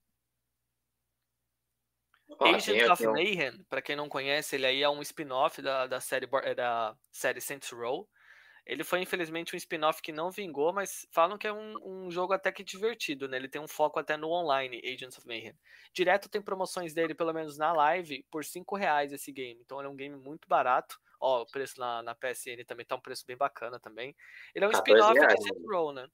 Ó, tem Agents aqui of um. Mayhem, pra quem não conhece, ele aí é um spin-off da, da série Bor- eh, da série Saints Row. Ele foi infelizmente um spin-off que não vingou, mas falam que é um, um jogo até que divertido, né? Ele tem um foco até no online, Agents of Mayhem. Direto tem promoções dele, pelo menos na live, por cinco reais esse game. Então ele é um game muito barato. Ó, o preço na, na P S N também tá um preço bem bacana também. Ele é um quatorze spin-off reais, de Saints mano. Row, né?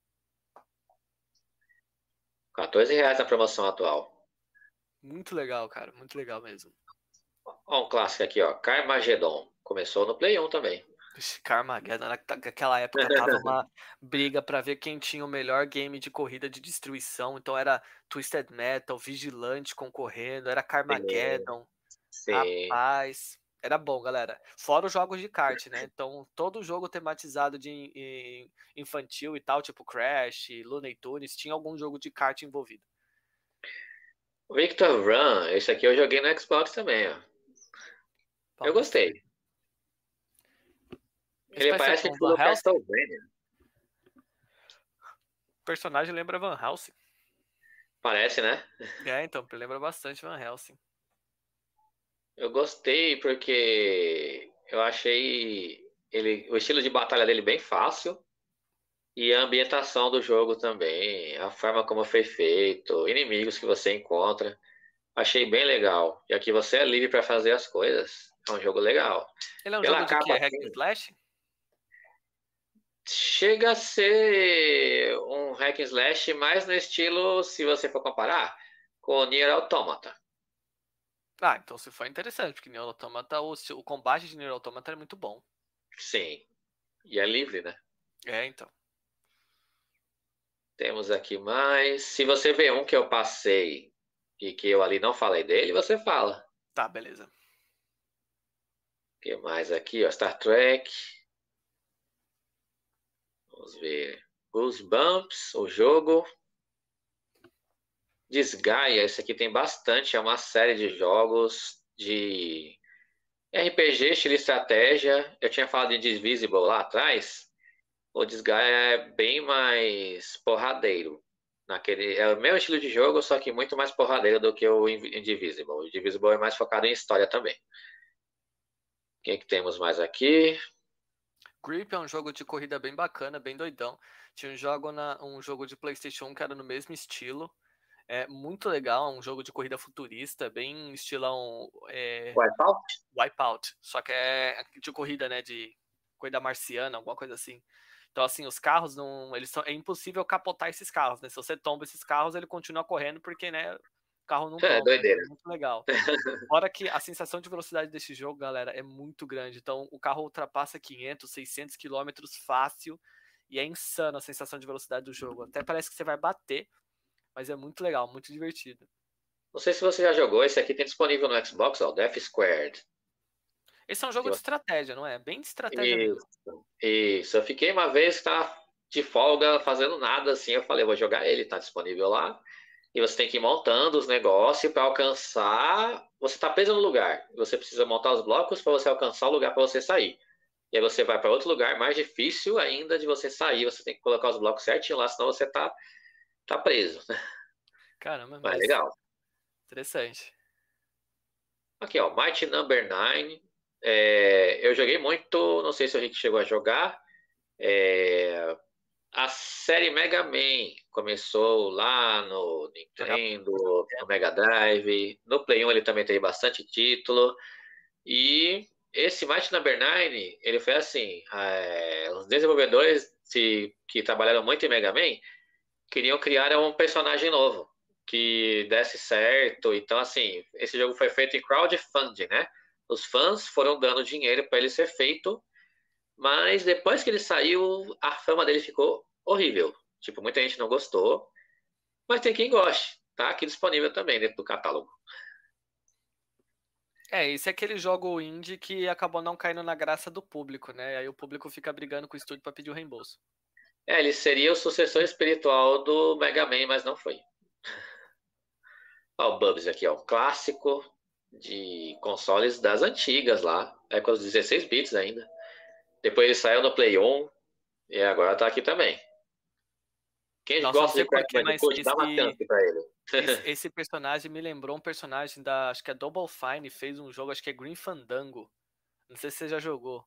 quatorze reais na promoção atual. Muito legal, cara. Muito legal mesmo. Ó, um clássico aqui, ó. Carmageddon. Começou no Play um também. Ixi, Carmageddon, na- naquela época tava uma briga pra ver quem tinha o melhor game de corrida de destruição. Então era Twisted Metal, Vigilante concorrendo, era Sim, Carmageddon. sim. Rapaz, era bom, galera. Fora os jogos de kart, né? Então todo jogo tematizado de in- infantil e tal, tipo Crash, Looney Tunes, tinha algum jogo de kart envolvido. Victor Run. Esse aqui eu joguei no Xbox também, ó. Eu Vamos ver. gostei. Esse Ele parece ser parece com o Van estilo Helsing? Castlevania. personagem lembra Van Helsing. Parece, né? É, então, lembra bastante Van Helsing. Eu gostei porque eu achei ele, o estilo de batalha dele bem fácil e a ambientação do jogo também, a forma como foi feito, inimigos que você encontra, achei bem legal. E aqui você é livre para fazer as coisas. É um jogo legal. Ele é um Pela jogo de capa, quê? Hack and assim, slash? chega a ser um hack and slash mais no estilo, se você for comparar, com o Nier Automata. Ah, então se for interessante, porque Nier Automata, o, o combate de Nier Automata é muito bom. Sim. E é livre, né? É, então. Temos aqui mais. Se você vê um que eu passei e que eu ali não falei dele, você fala. Tá, beleza. O que mais aqui? Ó, Star Trek. Vamos ver. Goosebumps, o jogo. Disgaea, esse aqui tem bastante. É uma série de jogos de R P G, estilo estratégia. Eu tinha falado de Divisible lá atrás. O Disgaea é bem mais porradeiro. Naquele, é o mesmo estilo de jogo, só que muito mais porradeiro do que o Indivisible. O Indivisible é mais focado em história também. O que, que temos mais aqui? Grip é um jogo de corrida bem bacana, bem doidão. Tinha um jogo, na, um jogo de PlayStation um que era no mesmo estilo. É muito legal, é um jogo de corrida futurista, bem estilão é, Wipeout? Wipeout. Só que é de corrida, né? De corrida marciana, alguma coisa assim. Então, assim, os carros não. Eles são, é impossível capotar esses carros, né? Se você tomba esses carros, ele continua correndo porque, né? O carro não É, tomba. É doideira. muito legal. Fora que a sensação de velocidade desse jogo, galera, é muito grande. Então, o carro ultrapassa quinhentos, seiscentos quilômetros fácil. E é insano a sensação de velocidade do jogo. Até parece que você vai bater, mas é muito legal, muito divertido. Não sei se você já jogou, esse aqui tem disponível no Xbox, ó, Death Squared. Esse é um jogo de estratégia, não é? Bem de estratégia mesmo. Isso, isso. Eu fiquei uma vez que tá de folga fazendo nada assim. Eu falei, eu vou jogar ele, tá disponível lá. E você tem que ir montando os negócios para alcançar. Você tá preso no lugar. Você precisa montar os blocos para você alcançar o lugar para você sair. E aí você vai para outro lugar mais difícil ainda de você sair. Você tem que colocar os blocos certinho lá, senão você tá, tá preso. Caramba, Mas é mas legal. interessante. Aqui, ó, Mighty Number Nine. É, eu joguei muito, não sei se a gente chegou a jogar. É, a série Mega Man começou lá no Jogar Nintendo, no Mega Drive. No Play um ele também teve bastante título. E esse Mighty Number Nine, ele foi assim: é, os desenvolvedores que, que trabalharam muito em Mega Man queriam criar um personagem novo que desse certo. Então, assim, esse jogo foi feito em crowdfunding, né? Os fãs foram dando dinheiro para ele ser feito, mas depois que ele saiu, a fama dele ficou horrível. Tipo, muita gente não gostou, mas tem quem goste. Tá aqui disponível também dentro do catálogo. É, esse é aquele jogo indie que acabou não caindo na graça do público, né? Aí o público fica brigando com o estúdio pra pedir o reembolso. É, ele seria o sucessor espiritual do Mega Man, mas não foi. Ó, o Bubsy aqui, ó, um clássico de consoles das antigas lá, é com os dezesseis bits ainda. Depois ele saiu no Play um e agora tá aqui também. Quem Nossa, não gosta sei de Crash porquê, mas Bandicoot, dá uma esse, chance pra ele. esse, esse personagem me lembrou um personagem da, acho que é Double Fine, fez um jogo, acho que é Green Fandango. Não sei se você já jogou.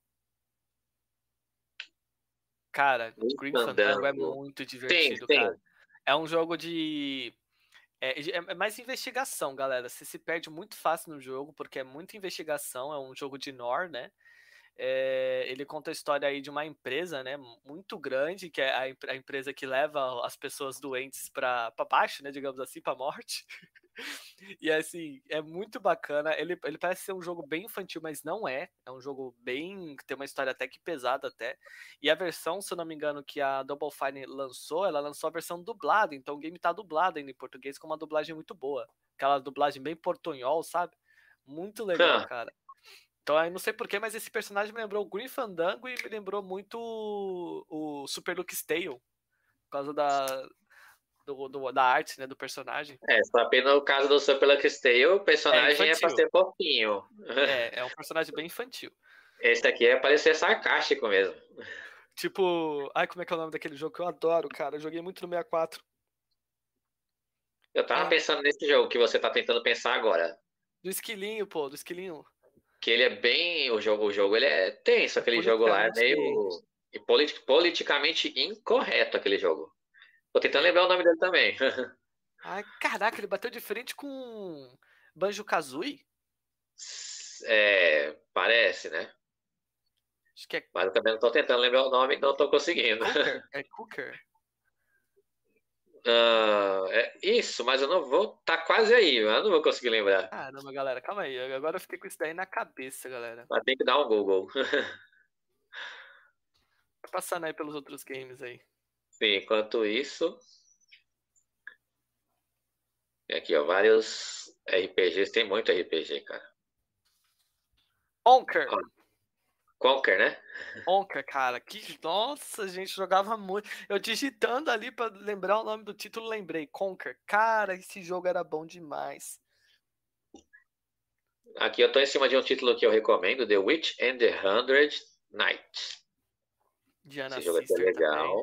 Cara, Green Fandango é Fandango. muito Sim, divertido, cara. sim. É um jogo de. É, é mais investigação, galera. Você se perde muito fácil no jogo, porque é muita investigação. É um jogo de Nor, né? É, ele conta a história aí de uma empresa, né, muito grande, que é a, a empresa que leva as pessoas doentes para baixo, né, digamos assim, para morte. E assim, é muito bacana. Ele, ele parece ser um jogo bem infantil, mas não é. É um jogo bem. Tem uma história até que pesada até. E a versão, se eu não me engano, que a Double Fine lançou, ela lançou a versão dublada. Então o game tá dublado ainda em português com uma dublagem muito boa. Aquela dublagem bem portunhol, sabe? Muito legal, cara. Então, aí não sei porquê, mas esse personagem me lembrou o Green Fandango e me lembrou muito o, o Super Luke's Tale, por causa da, do, do, da arte, né, do personagem. É, só apenas no caso do Super Lucky Tale, o É personagem é pra infantil. ser fofinho. É, é um personagem bem infantil. Esse aqui é pra ser sarcástico mesmo. Tipo, ai, como é que é o nome daquele jogo que eu adoro, cara? Eu joguei muito no sessenta e quatro. Eu tava Ai, pensando nesse jogo que você tá tentando pensar agora. do esquilinho, pô, do esquilinho. Que ele é bem. O jogo, o jogo ele é tenso, É aquele jogo lá é politicamente. meio. E politi- politicamente incorreto aquele jogo. Tô tentando É. lembrar o nome dele também. Ai, caraca, ele bateu de frente com Banjo-Kazooie? É, parece, né? Acho que é Mas eu também não tô tentando lembrar o nome, não tô conseguindo. Cooker. É Cooker. Ah, é isso, mas eu não vou. Tá quase aí, eu não vou conseguir lembrar. Caramba, galera, calma aí. Agora eu fiquei com isso daí na cabeça, galera. Mas tem que dar um Google. Tá passando aí pelos outros games aí. Sim, enquanto isso, tem aqui, ó, vários R P Gs. Tem muito R P G, cara. Conker. Ó, Conker, né? Conker, cara. Que, nossa, a gente jogava muito. Eu digitando ali pra lembrar o nome do título, lembrei. Conker. Cara, esse jogo era bom demais. Aqui eu tô em cima de um título que eu recomendo, The Witch and the Hundred Knights. Diana Esse jogo aqui é Sister também. legal.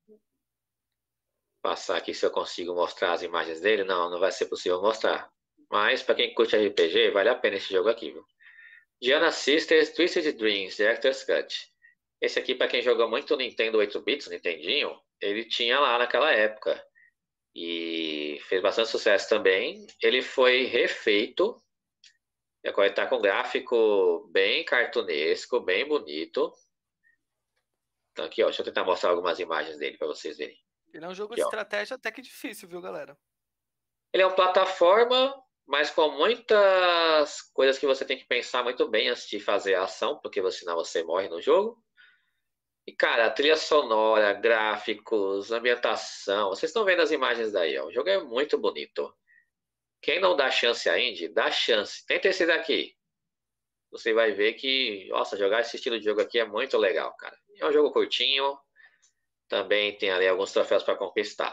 Passar aqui se eu consigo mostrar as imagens dele. Não, não vai ser possível mostrar. Mas para quem curte R P G, vale a pena esse jogo aqui, viu? Diana Sisters Twisted Dreams, Director's Cut. Esse aqui, para quem jogou muito Nintendo oito bits, Nintendinho, ele tinha lá naquela época. E fez bastante sucesso também. Ele foi refeito. E agora está com um gráfico bem cartunesco, bem bonito. Então aqui, ó, deixa eu tentar mostrar algumas imagens dele para vocês verem. Ele é um jogo de Aqui, ó. estratégia até que difícil, viu, galera? Ele é uma plataforma, mas com muitas coisas que você tem que pensar muito bem antes de fazer a ação, porque senão você morre no jogo. E, cara, trilha sonora, gráficos, ambientação. Vocês estão vendo as imagens daí, ó. O jogo é muito bonito. Quem não dá chance a Indie, dá chance. Tenta esse daqui. Você vai ver que, nossa, jogar esse estilo de jogo aqui é muito legal, cara. É um jogo curtinho. Também tem ali alguns troféus para conquistar.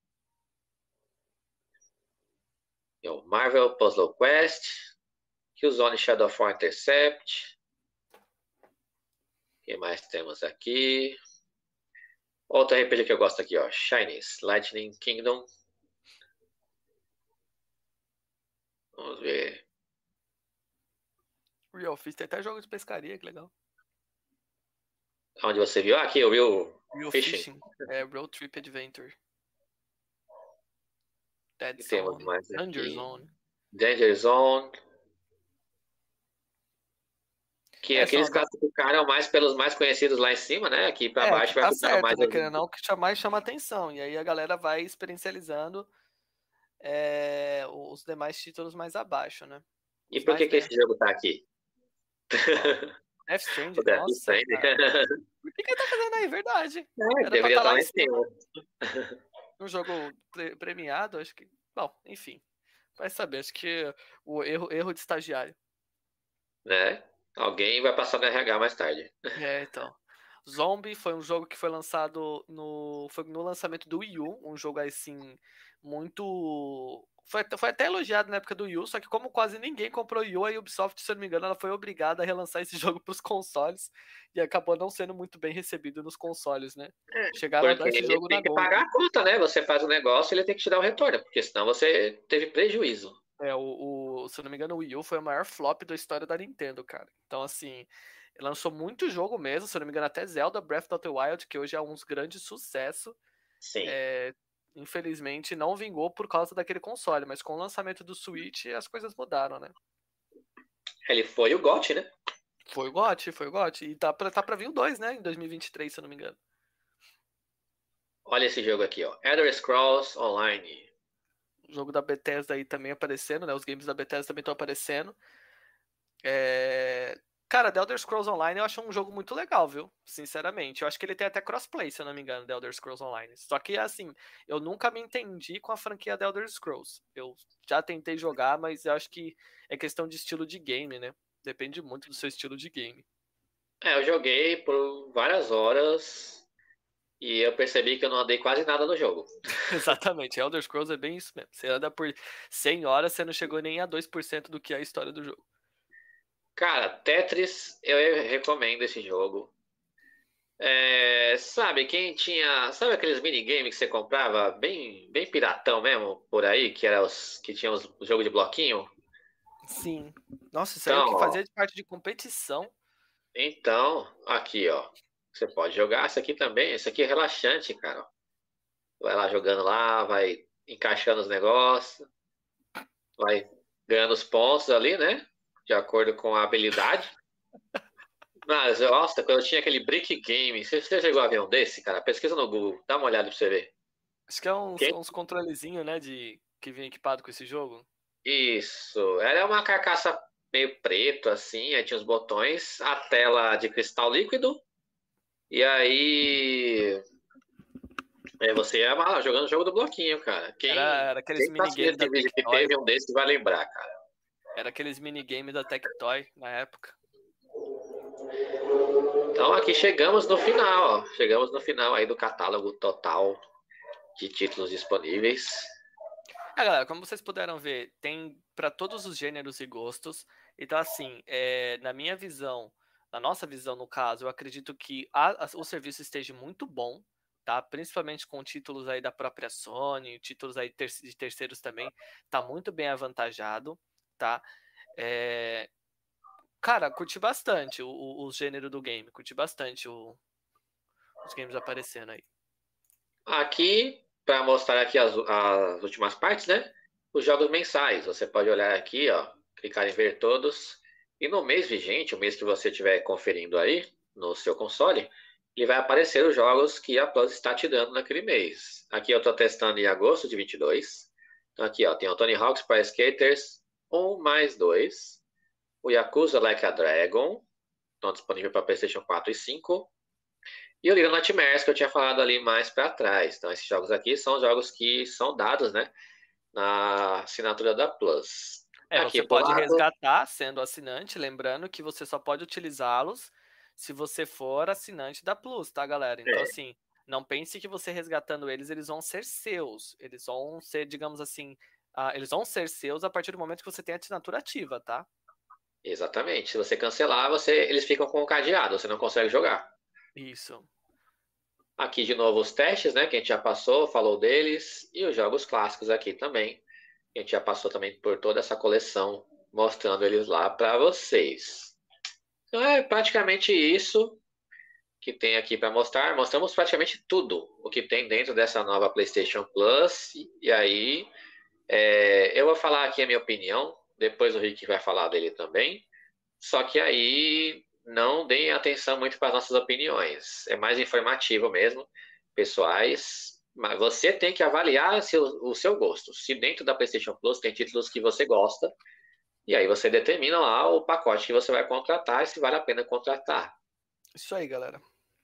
Tem o Marvel Puzzle Quest, Killzone Shadow of War Intercept. O que mais temos aqui? Outro R P G que eu gosto aqui, ó. Shinies Lightning Kingdom. Vamos ver. Real Fist tem até jogo de pescaria, que legal. Onde você viu? Ah, aqui eu vi o Real Fishing. Fishing. É Road Trip Adventure. Dead E temos Zone. mais Danger aqui. Zone. Danger Zone. Que É, são aqueles agora. caras que ficaram mais pelos mais conhecidos lá em cima, né? Aqui pra É, baixo que vai tá ficando certo, mais. né? Querendo ou não, que chama- mais chama atenção. E aí a galera vai experiencializando é, os demais títulos mais abaixo, né? E Os por que mais que esse velhos. jogo tá aqui? Qual? Death O Stranding, Death nossa, Stranding. cara. Por que que ele tá fazendo aí? Verdade. É, Era pra deveria estar estar lá lá em em cima, cima. Um jogo pre- premiado, acho que. Bom, enfim. Vai saber, acho que o erro, erro de estagiário. né? Alguém vai passar no R H mais tarde. É, então. Zombie foi um jogo que foi lançado no. Foi no lançamento do Wii U, um jogo assim, muito. Foi, foi até elogiado na época do Wii U, só que como quase ninguém comprou o Wii U, a Ubisoft, se eu não me engano, ela foi obrigada a relançar esse jogo para os consoles e acabou não sendo muito bem recebido nos consoles, né? Chegaram a Porque dar esse ele jogo na tem que pagar Gold. a conta, né? Você faz o negócio, ele tem que te dar o retorno, porque senão você teve prejuízo. É, o, o- se eu não me engano, o Wii U foi o maior flop da história da Nintendo, cara. Então, assim, lançou muito jogo mesmo, se eu não me engano, até Zelda Breath of the Wild, que hoje é um grande sucesso. Sim. É, infelizmente, não vingou por causa daquele console, mas com o lançamento do Switch as coisas mudaram, né? Ele foi o GOT, né? Foi o G O T, foi o G O T. E tá pra, tá pra vir o dois, né? Em dois mil e vinte e três, se eu não me engano. Olha esse jogo aqui, ó. Elder Scrolls Online. O jogo da Bethesda aí também aparecendo, né? Os games da Bethesda também estão aparecendo. É... Cara, The Elder Scrolls Online eu acho um jogo muito legal, viu? Sinceramente. Eu acho que ele tem até crossplay, se eu não me engano, The Elder Scrolls Online. Só que, assim, eu nunca me entendi com a franquia The Elder Scrolls. Eu já tentei jogar, mas eu acho que é questão de estilo de game, né? Depende muito do seu estilo de game. É, eu joguei por várias horas e eu percebi que eu não andei quase nada no jogo. Exatamente. Elder Scrolls é bem isso mesmo. Você anda por cem horas, você não chegou nem a dois por cento do que é a história do jogo. Cara, Tetris, eu recomendo esse jogo. É, sabe, quem tinha. Sabe aqueles minigames que você comprava bem, bem piratão mesmo, por aí, que era os que tinham os jogos de bloquinho? Sim. Nossa, isso aí é o Então, que ó. fazia de parte de competição. Então, aqui, ó. Você pode jogar isso aqui também. Isso aqui é relaxante, cara. Vai lá jogando lá, vai encaixando os negócios, vai ganhando os pontos ali, né? De acordo com a habilidade. Mas, nossa, quando eu tinha aquele Brick Game, você, você chegou a ver um desse, cara? Pesquisa no Google, dá uma olhada pra você ver. Acho que é uns, Quem? uns controlezinhos, né, de, que vem equipado com esse jogo. Isso. Era uma carcaça meio preto, assim, aí tinha os botões, a tela de cristal líquido, e aí é, você ia lá jogando o jogo do bloquinho, cara. Era, Quem, era aqueles quem tá assistindo minigame da esse vídeo que Tectoy. teve um desses vai lembrar, cara. Era aqueles minigame da Tectoy na época. Então aqui chegamos no final, ó. Chegamos no final aí do catálogo total de títulos disponíveis. É, galera, como vocês puderam ver, tem para todos os gêneros e gostos. Então, assim, é, na minha visão, na nossa visão, no caso, eu acredito que a- a- o serviço esteja muito bom, tá? Principalmente com títulos aí da própria Sony, títulos aí ter- de terceiros também, tá muito bem avantajado, tá? É, cara, curti bastante o, o, o gênero do game, curti bastante o- os games aparecendo aí. Aqui, para mostrar aqui as, as últimas partes, né? Os jogos mensais. Você pode olhar aqui, ó, clicar em ver todos. E no mês vigente, o mês que você estiver conferindo aí no seu console, ele vai aparecer os jogos que a Plus está te dando naquele mês. Aqui eu estou testando em agosto de vinte e dois. Então aqui, ó, tem o Tony Hawk's Pro Skaters um mais dois, o Yakuza Like a Dragon, estão disponíveis para PlayStation quatro e cinco. E o Little Nightmares, que eu tinha falado ali mais para trás. Então, esses jogos aqui são jogos que são dados, né, na assinatura da Plus. É, Aqui, você pro pode lado, resgatar sendo assinante, lembrando que você só pode utilizá-los se você for assinante da Plus, tá, galera? Então, é, assim, não pense que você resgatando eles, eles vão ser seus. Eles vão ser, digamos assim, ah, eles vão ser seus a partir do momento que você tem a assinatura ativa, tá? exatamente. Se você cancelar, você, eles ficam com o cadeado, você não consegue jogar. Isso. Aqui, de novo, os testes, né, que a gente já passou, falou deles. E os jogos clássicos aqui também. A gente já passou também por toda essa coleção, mostrando eles lá para vocês. Então, é praticamente isso que tem aqui para mostrar. Mostramos praticamente tudo o que tem dentro dessa nova PlayStation Plus. E aí, é, eu vou falar aqui a minha opinião, depois o Rick vai falar dele também. Só que aí não deem atenção muito para as nossas opiniões. É mais informativo mesmo, pessoais. Mas você tem que avaliar seu, o seu gosto. Se dentro da PlayStation Plus tem títulos que você gosta, e aí você determina lá o pacote que você vai contratar e se vale a pena contratar. Isso aí, galera.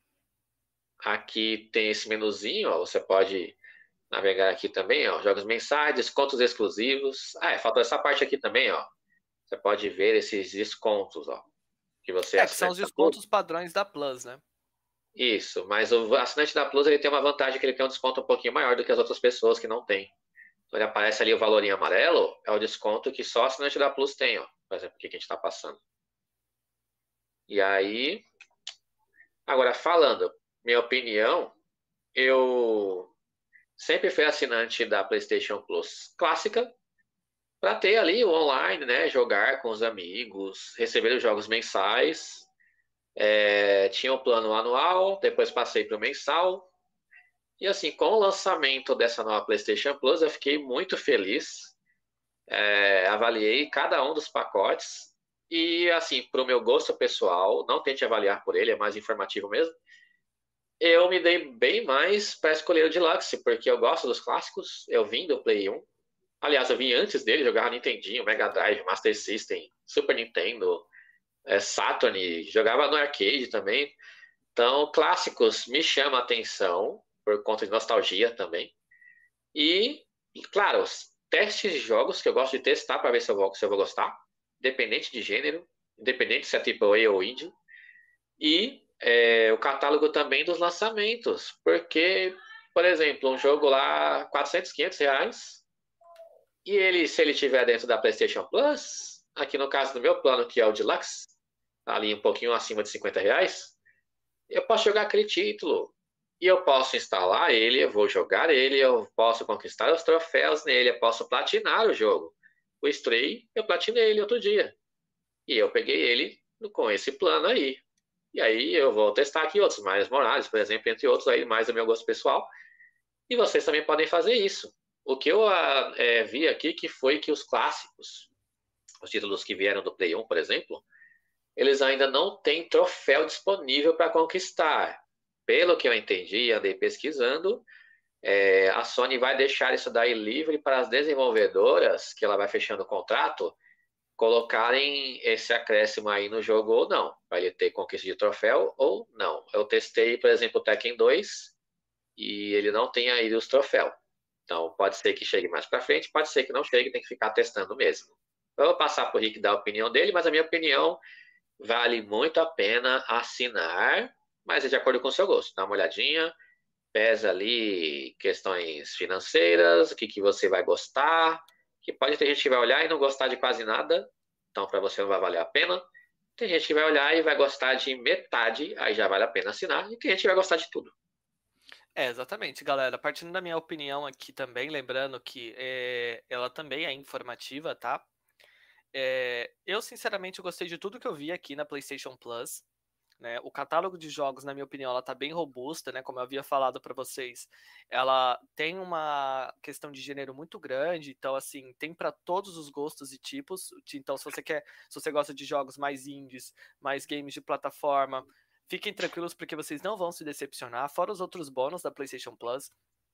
Aqui tem esse menuzinho, ó, você pode navegar aqui também, ó, jogos mensais, descontos exclusivos. Ah, é, faltou essa parte aqui também, ó. Você pode ver esses descontos, ó, que você é É, que são os assinante da Plus. descontos padrões da Plus, né? Isso, mas o assinante da Plus ele tem uma vantagem que ele tem um desconto um pouquinho maior do que as outras pessoas que não têm. Então ele aparece ali o valor em amarelo, é o desconto que só o assinante da Plus tem, ó. Por exemplo, o que a gente está passando. E aí, agora falando, minha opinião, eu sempre fui assinante da PlayStation Plus clássica para ter ali o online, né? Jogar com os amigos, receber os jogos mensais. É, tinha o plano anual, depois passei para o mensal. E assim, com o lançamento dessa nova PlayStation Plus, eu fiquei muito feliz. É, avaliei cada um dos pacotes. E assim, para o meu gosto pessoal, não tente avaliar por ele, é mais informativo mesmo. Eu me dei bem mais para escolher o Deluxe, porque eu gosto dos clássicos. Eu vim do Play um. Aliás, eu vim antes dele, jogava Nintendinho, Mega Drive, Master System, Super Nintendo, é, Saturn, jogava no arcade também. Então, clássicos me chamam a atenção, por conta de nostalgia também. E, claro, os testes de jogos que eu gosto de testar para ver se eu vou, se eu vou gostar, independente de gênero, independente se é tipo A ou indie. E é, o catálogo também dos lançamentos, porque, por exemplo, um jogo lá, quatrocentos, quinhentos reais, e ele, se ele tiver dentro da PlayStation Plus, aqui no caso do meu plano, que é o Deluxe, ali um pouquinho acima de cinquenta reais, eu posso jogar aquele título e eu posso instalar ele, eu vou jogar ele, eu posso conquistar os troféus nele, eu posso platinar o jogo. O Stray, eu platinei ele outro dia. E eu peguei ele com esse plano aí. E aí eu vou testar aqui outros, Miles Morales, por exemplo, entre outros aí, mais do meu gosto pessoal. E vocês também podem fazer isso. O que eu é, vi aqui que foi que os clássicos, os títulos que vieram do Play um, por exemplo, eles ainda não têm troféu disponível para conquistar. Pelo que eu entendi e andei pesquisando, é, a Sony vai deixar isso daí livre para as desenvolvedoras, que ela vai fechando o contrato, colocarem esse acréscimo aí no jogo ou não. Vai ele ter conquista de troféu ou não. Eu testei, por exemplo, o Tekken dois e ele não tem aí os troféus. Então, pode ser que chegue mais para frente, pode ser que não chegue, tem que ficar testando mesmo. Eu vou passar para o Rick dar a opinião dele, mas a minha opinião vale muito a pena assinar, mas é de acordo com o seu gosto. Dá uma olhadinha, pesa ali questões financeiras, o que, que você vai gostar, que pode ter gente que vai olhar e não gostar de quase nada, então para você não vai valer a pena. Tem gente que vai olhar e vai gostar de metade, aí já vale a pena assinar, e tem gente que vai gostar de tudo. É, exatamente, galera. Partindo da minha opinião aqui também, lembrando que é, ela também é informativa, tá? É, eu, sinceramente, gostei de tudo que eu vi aqui na PlayStation Plus. Né? O catálogo de jogos, na minha opinião, ela tá bem robusta, né? Como eu havia falado para vocês, ela tem uma questão de gênero muito grande, então assim, tem para todos os gostos e tipos. Então, se você quer, se você gosta de jogos mais indies, mais games de plataforma, fiquem tranquilos porque vocês não vão se decepcionar, fora os outros bônus da PlayStation Plus.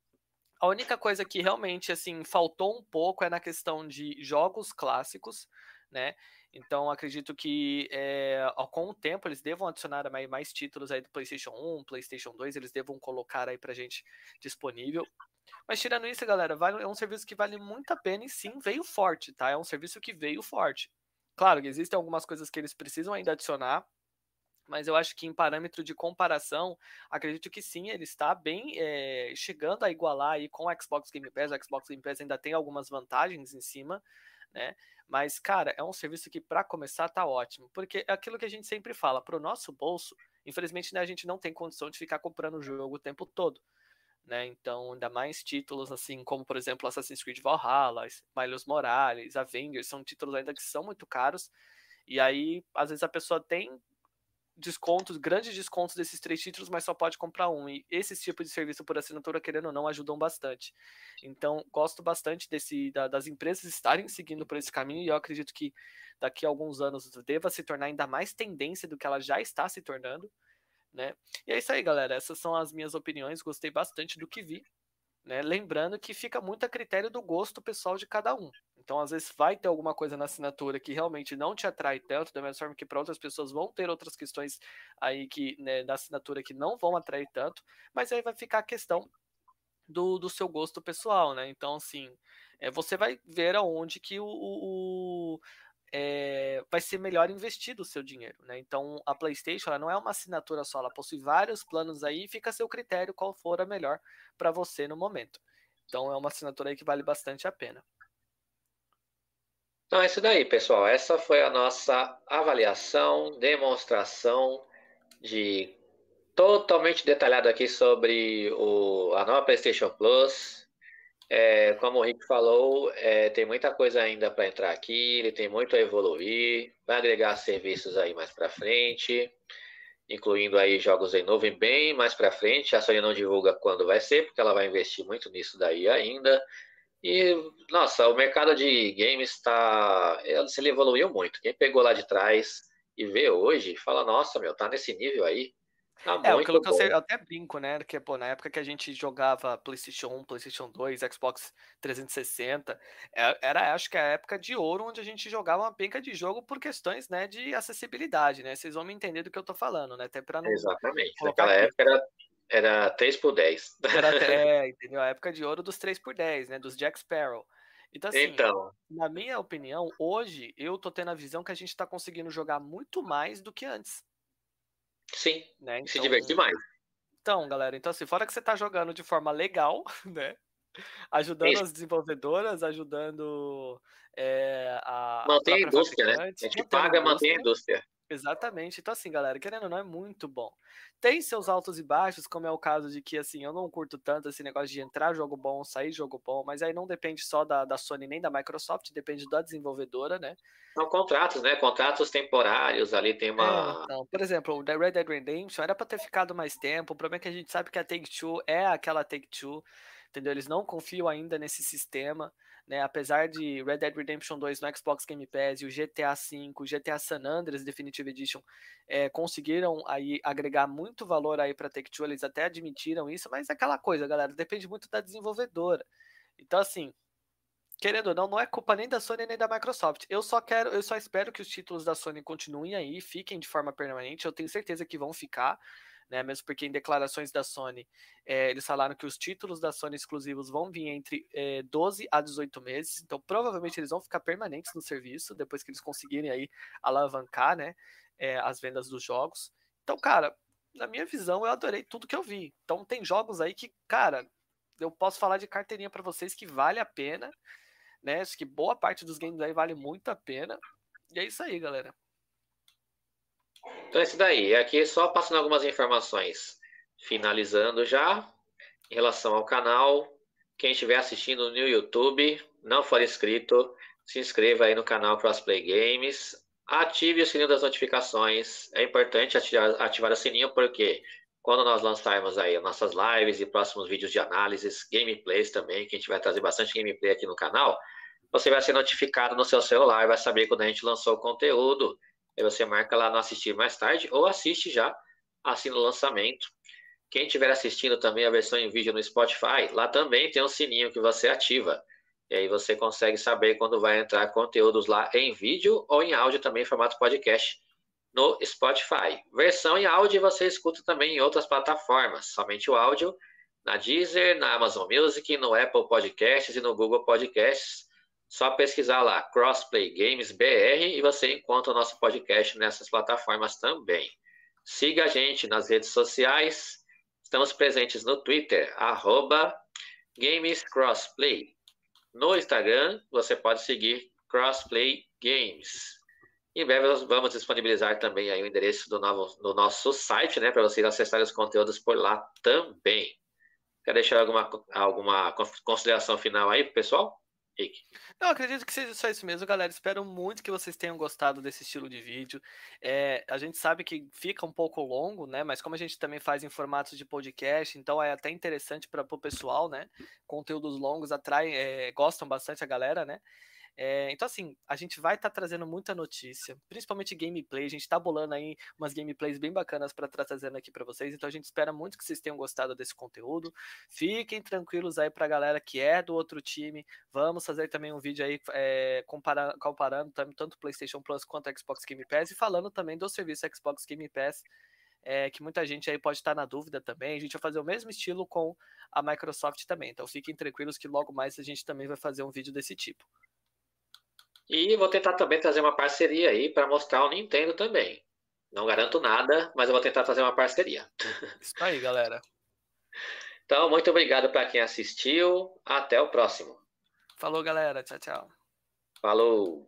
A única coisa que realmente assim faltou um pouco é na questão de jogos clássicos, né? Então acredito que é, com o tempo eles devam adicionar mais, mais títulos aí do PlayStation um, PlayStation dois, eles devam colocar aí pra gente disponível. Mas tirando isso, galera, vale, é um serviço que vale muito a pena e sim veio forte, tá? É um serviço que veio forte. Claro que existem algumas coisas que eles precisam ainda adicionar, mas eu acho que em parâmetro de comparação, acredito que sim, ele está bem é, chegando a igualar aí com o Xbox Game Pass. O Xbox Game Pass ainda tem algumas vantagens em cima, né? Mas, cara, é um serviço que para começar tá ótimo, porque é aquilo que a gente sempre fala, pro nosso bolso, infelizmente né, a gente não tem condição de ficar comprando o jogo o tempo todo. Né? Então, ainda mais títulos assim, como por exemplo Assassin's Creed Valhalla, Miles Morales, Avengers, são títulos ainda que são muito caros. E aí, às vezes a pessoa tem descontos, grandes descontos desses três títulos, mas só pode comprar um. E esses tipos de serviço por assinatura, querendo ou não, ajudam bastante. Então, gosto bastante desse, da, das empresas estarem seguindo por esse caminho, e eu acredito que daqui a alguns anos deva se tornar ainda mais tendência do que ela já está se tornando. Né? E é isso aí, galera. Essas são as minhas opiniões. Gostei bastante do que vi. Né? Lembrando que fica muito a critério do gosto pessoal de cada um. Então, às vezes, vai ter alguma coisa na assinatura que realmente não te atrai tanto, da mesma forma que para outras pessoas vão ter outras questões aí que, né, da assinatura que não vão atrair tanto, mas aí vai ficar a questão do, do seu gosto pessoal, né? Então, assim, é, você vai ver aonde que o, o é, vai ser melhor investido o seu dinheiro, né? Então a PlayStation ela não é uma assinatura só, ela possui vários planos aí e fica a seu critério qual for a melhor para você no momento. Então é uma assinatura aí que vale bastante a pena. Então é isso daí, pessoal. Essa foi a nossa avaliação, demonstração de totalmente detalhado aqui sobre o, a nova PlayStation Plus. É, como o Rick falou, é, tem muita coisa ainda para entrar aqui, ele tem muito a evoluir, vai agregar serviços aí mais para frente, incluindo aí jogos em nuvem bem mais para frente. A Sony não divulga quando vai ser, porque ela vai investir muito nisso daí ainda. E, nossa, o mercado de games está. Ele evoluiu muito. Quem pegou lá de trás e vê hoje, fala: nossa, meu, tá nesse nível aí. Tá É, aquilo muito que eu, sei, bom. eu até brinco, né? Que, pô, na época que a gente jogava PlayStation um, PlayStation dois, Xbox trezentos e sessenta, é- era, acho que a época de ouro onde a gente jogava uma penca de jogo por questões, né, de acessibilidade, né? Vocês vão me entender do que eu tô falando, né? Até pra não Exatamente. colocar Naquela aqui. época era, era três por dez. Era até, é, entendeu? A época de ouro dos três por dez, né? Dos Jack Sparrow. Então, assim, Então, na minha opinião, hoje eu tô tendo a visão que a gente tá conseguindo jogar muito mais do que antes, sim, né? se divertir Então, mais. então, galera, então assim, fora que você tá jogando de forma legal, né? Ajudando Isso. as desenvolvedoras, ajudando é, a, a Mantém a própria indústria, né? A fabricante, gente mantendo a paga, mantém a indústria. indústria. Exatamente. Então, assim, galera, querendo ou não, é muito bom. Tem seus altos e baixos, como é o caso de que, assim, eu não curto tanto esse negócio de entrar jogo bom, sair jogo bom, mas aí não depende só da, da Sony nem da Microsoft, depende da desenvolvedora, né? São contratos, né? Contratos temporários, ali tem É, uma. então, por exemplo, o The Red Dead Redemption era pra ter ficado mais tempo. O problema é que a gente sabe que a Take-Two é aquela Take-Two, entendeu? Eles não confiam ainda nesse sistema, né? Apesar de Red Dead Redemption dois no Xbox Game Pass e o G T A cinco, o G T A San Andreas Definitive Edition é, conseguiram aí agregar muito valor aí pra Take-Two, eles até admitiram isso, mas é aquela coisa, galera, depende muito da desenvolvedora. Então, assim, querendo ou não, não é culpa nem da Sony nem da Microsoft. Eu só quero, eu só espero que os títulos da Sony continuem aí, fiquem de forma permanente. Eu tenho certeza que vão ficar, né? Mesmo porque em declarações da Sony, é, eles falaram que os títulos da Sony exclusivos vão vir entre é, doze a dezoito meses. Então, provavelmente eles vão ficar permanentes no serviço depois que eles conseguirem aí alavancar, né? É, as vendas dos jogos. Então, cara, na minha visão, eu adorei tudo que eu vi. Então, tem jogos aí que, cara, eu posso falar de carteirinha para vocês que vale a pena, né? Acho que boa parte dos games aí vale muito a pena. E é isso aí, galera. Então é isso daí. Aqui só passando algumas informações. Finalizando já, em relação ao canal. Quem estiver assistindo no YouTube, não for inscrito, se inscreva aí no canal Crossplay Games. Ative o sininho das notificações. É importante ativar, ativar o sininho porque quando nós lançarmos aí nossas lives e próximos vídeos de análises, gameplays também, que a gente vai trazer bastante gameplay aqui no canal, você vai ser notificado no seu celular, vai saber quando a gente lançou o conteúdo. Aí você marca lá no assistir mais tarde ou assiste já, assim no lançamento. Quem estiver assistindo também a versão em vídeo no Spotify, lá também tem um sininho que você ativa. E aí você consegue saber quando vai entrar conteúdos lá em vídeo ou em áudio também em formato podcast no Spotify. Versão em áudio você escuta também em outras plataformas, somente o áudio na Deezer, na Amazon Music, no Apple Podcasts e no Google Podcasts. Só pesquisar lá Crossplay Games B R e você encontra o nosso podcast nessas plataformas também. Siga a gente nas redes sociais. Estamos presentes no Twitter, arroba GamesCrossplay. No Instagram, você pode seguir Crossplay Games. Em breve nós vamos disponibilizar também aí o endereço do, novo, do nosso site, né, para vocês acessarem os conteúdos por lá também. Quer deixar alguma, alguma consideração final aí, pessoal? Rick. Eu acredito que seja só isso mesmo, galera. Espero muito que vocês tenham gostado desse estilo de vídeo. É, a gente sabe que fica um pouco longo, né? Mas como a gente também faz em formatos de podcast, então é até interessante para o pessoal, né? Conteúdos longos atraem, é, gostam bastante a galera, né? É, então, assim, a gente vai estar tá trazendo muita notícia, principalmente gameplay. A gente está bolando aí umas gameplays bem bacanas para estar trazendo aqui para vocês. Então, a gente espera muito que vocês tenham gostado desse conteúdo. Fiquem tranquilos aí para a galera que é do outro time. Vamos fazer também um vídeo aí é, comparando, comparando tanto o PlayStation Plus quanto o Xbox Game Pass e falando também do serviço Xbox Game Pass. É, que muita gente aí pode estar na dúvida também. A gente vai fazer o mesmo estilo com a Microsoft também. Então, fiquem tranquilos que logo mais a gente também vai fazer um vídeo desse tipo. E vou tentar também trazer uma parceria aí para mostrar o Nintendo também. Não garanto nada, mas eu vou tentar fazer uma parceria. Isso aí, galera. Então, muito obrigado para quem assistiu. Até o próximo. Falou, galera. Tchau, tchau. Falou!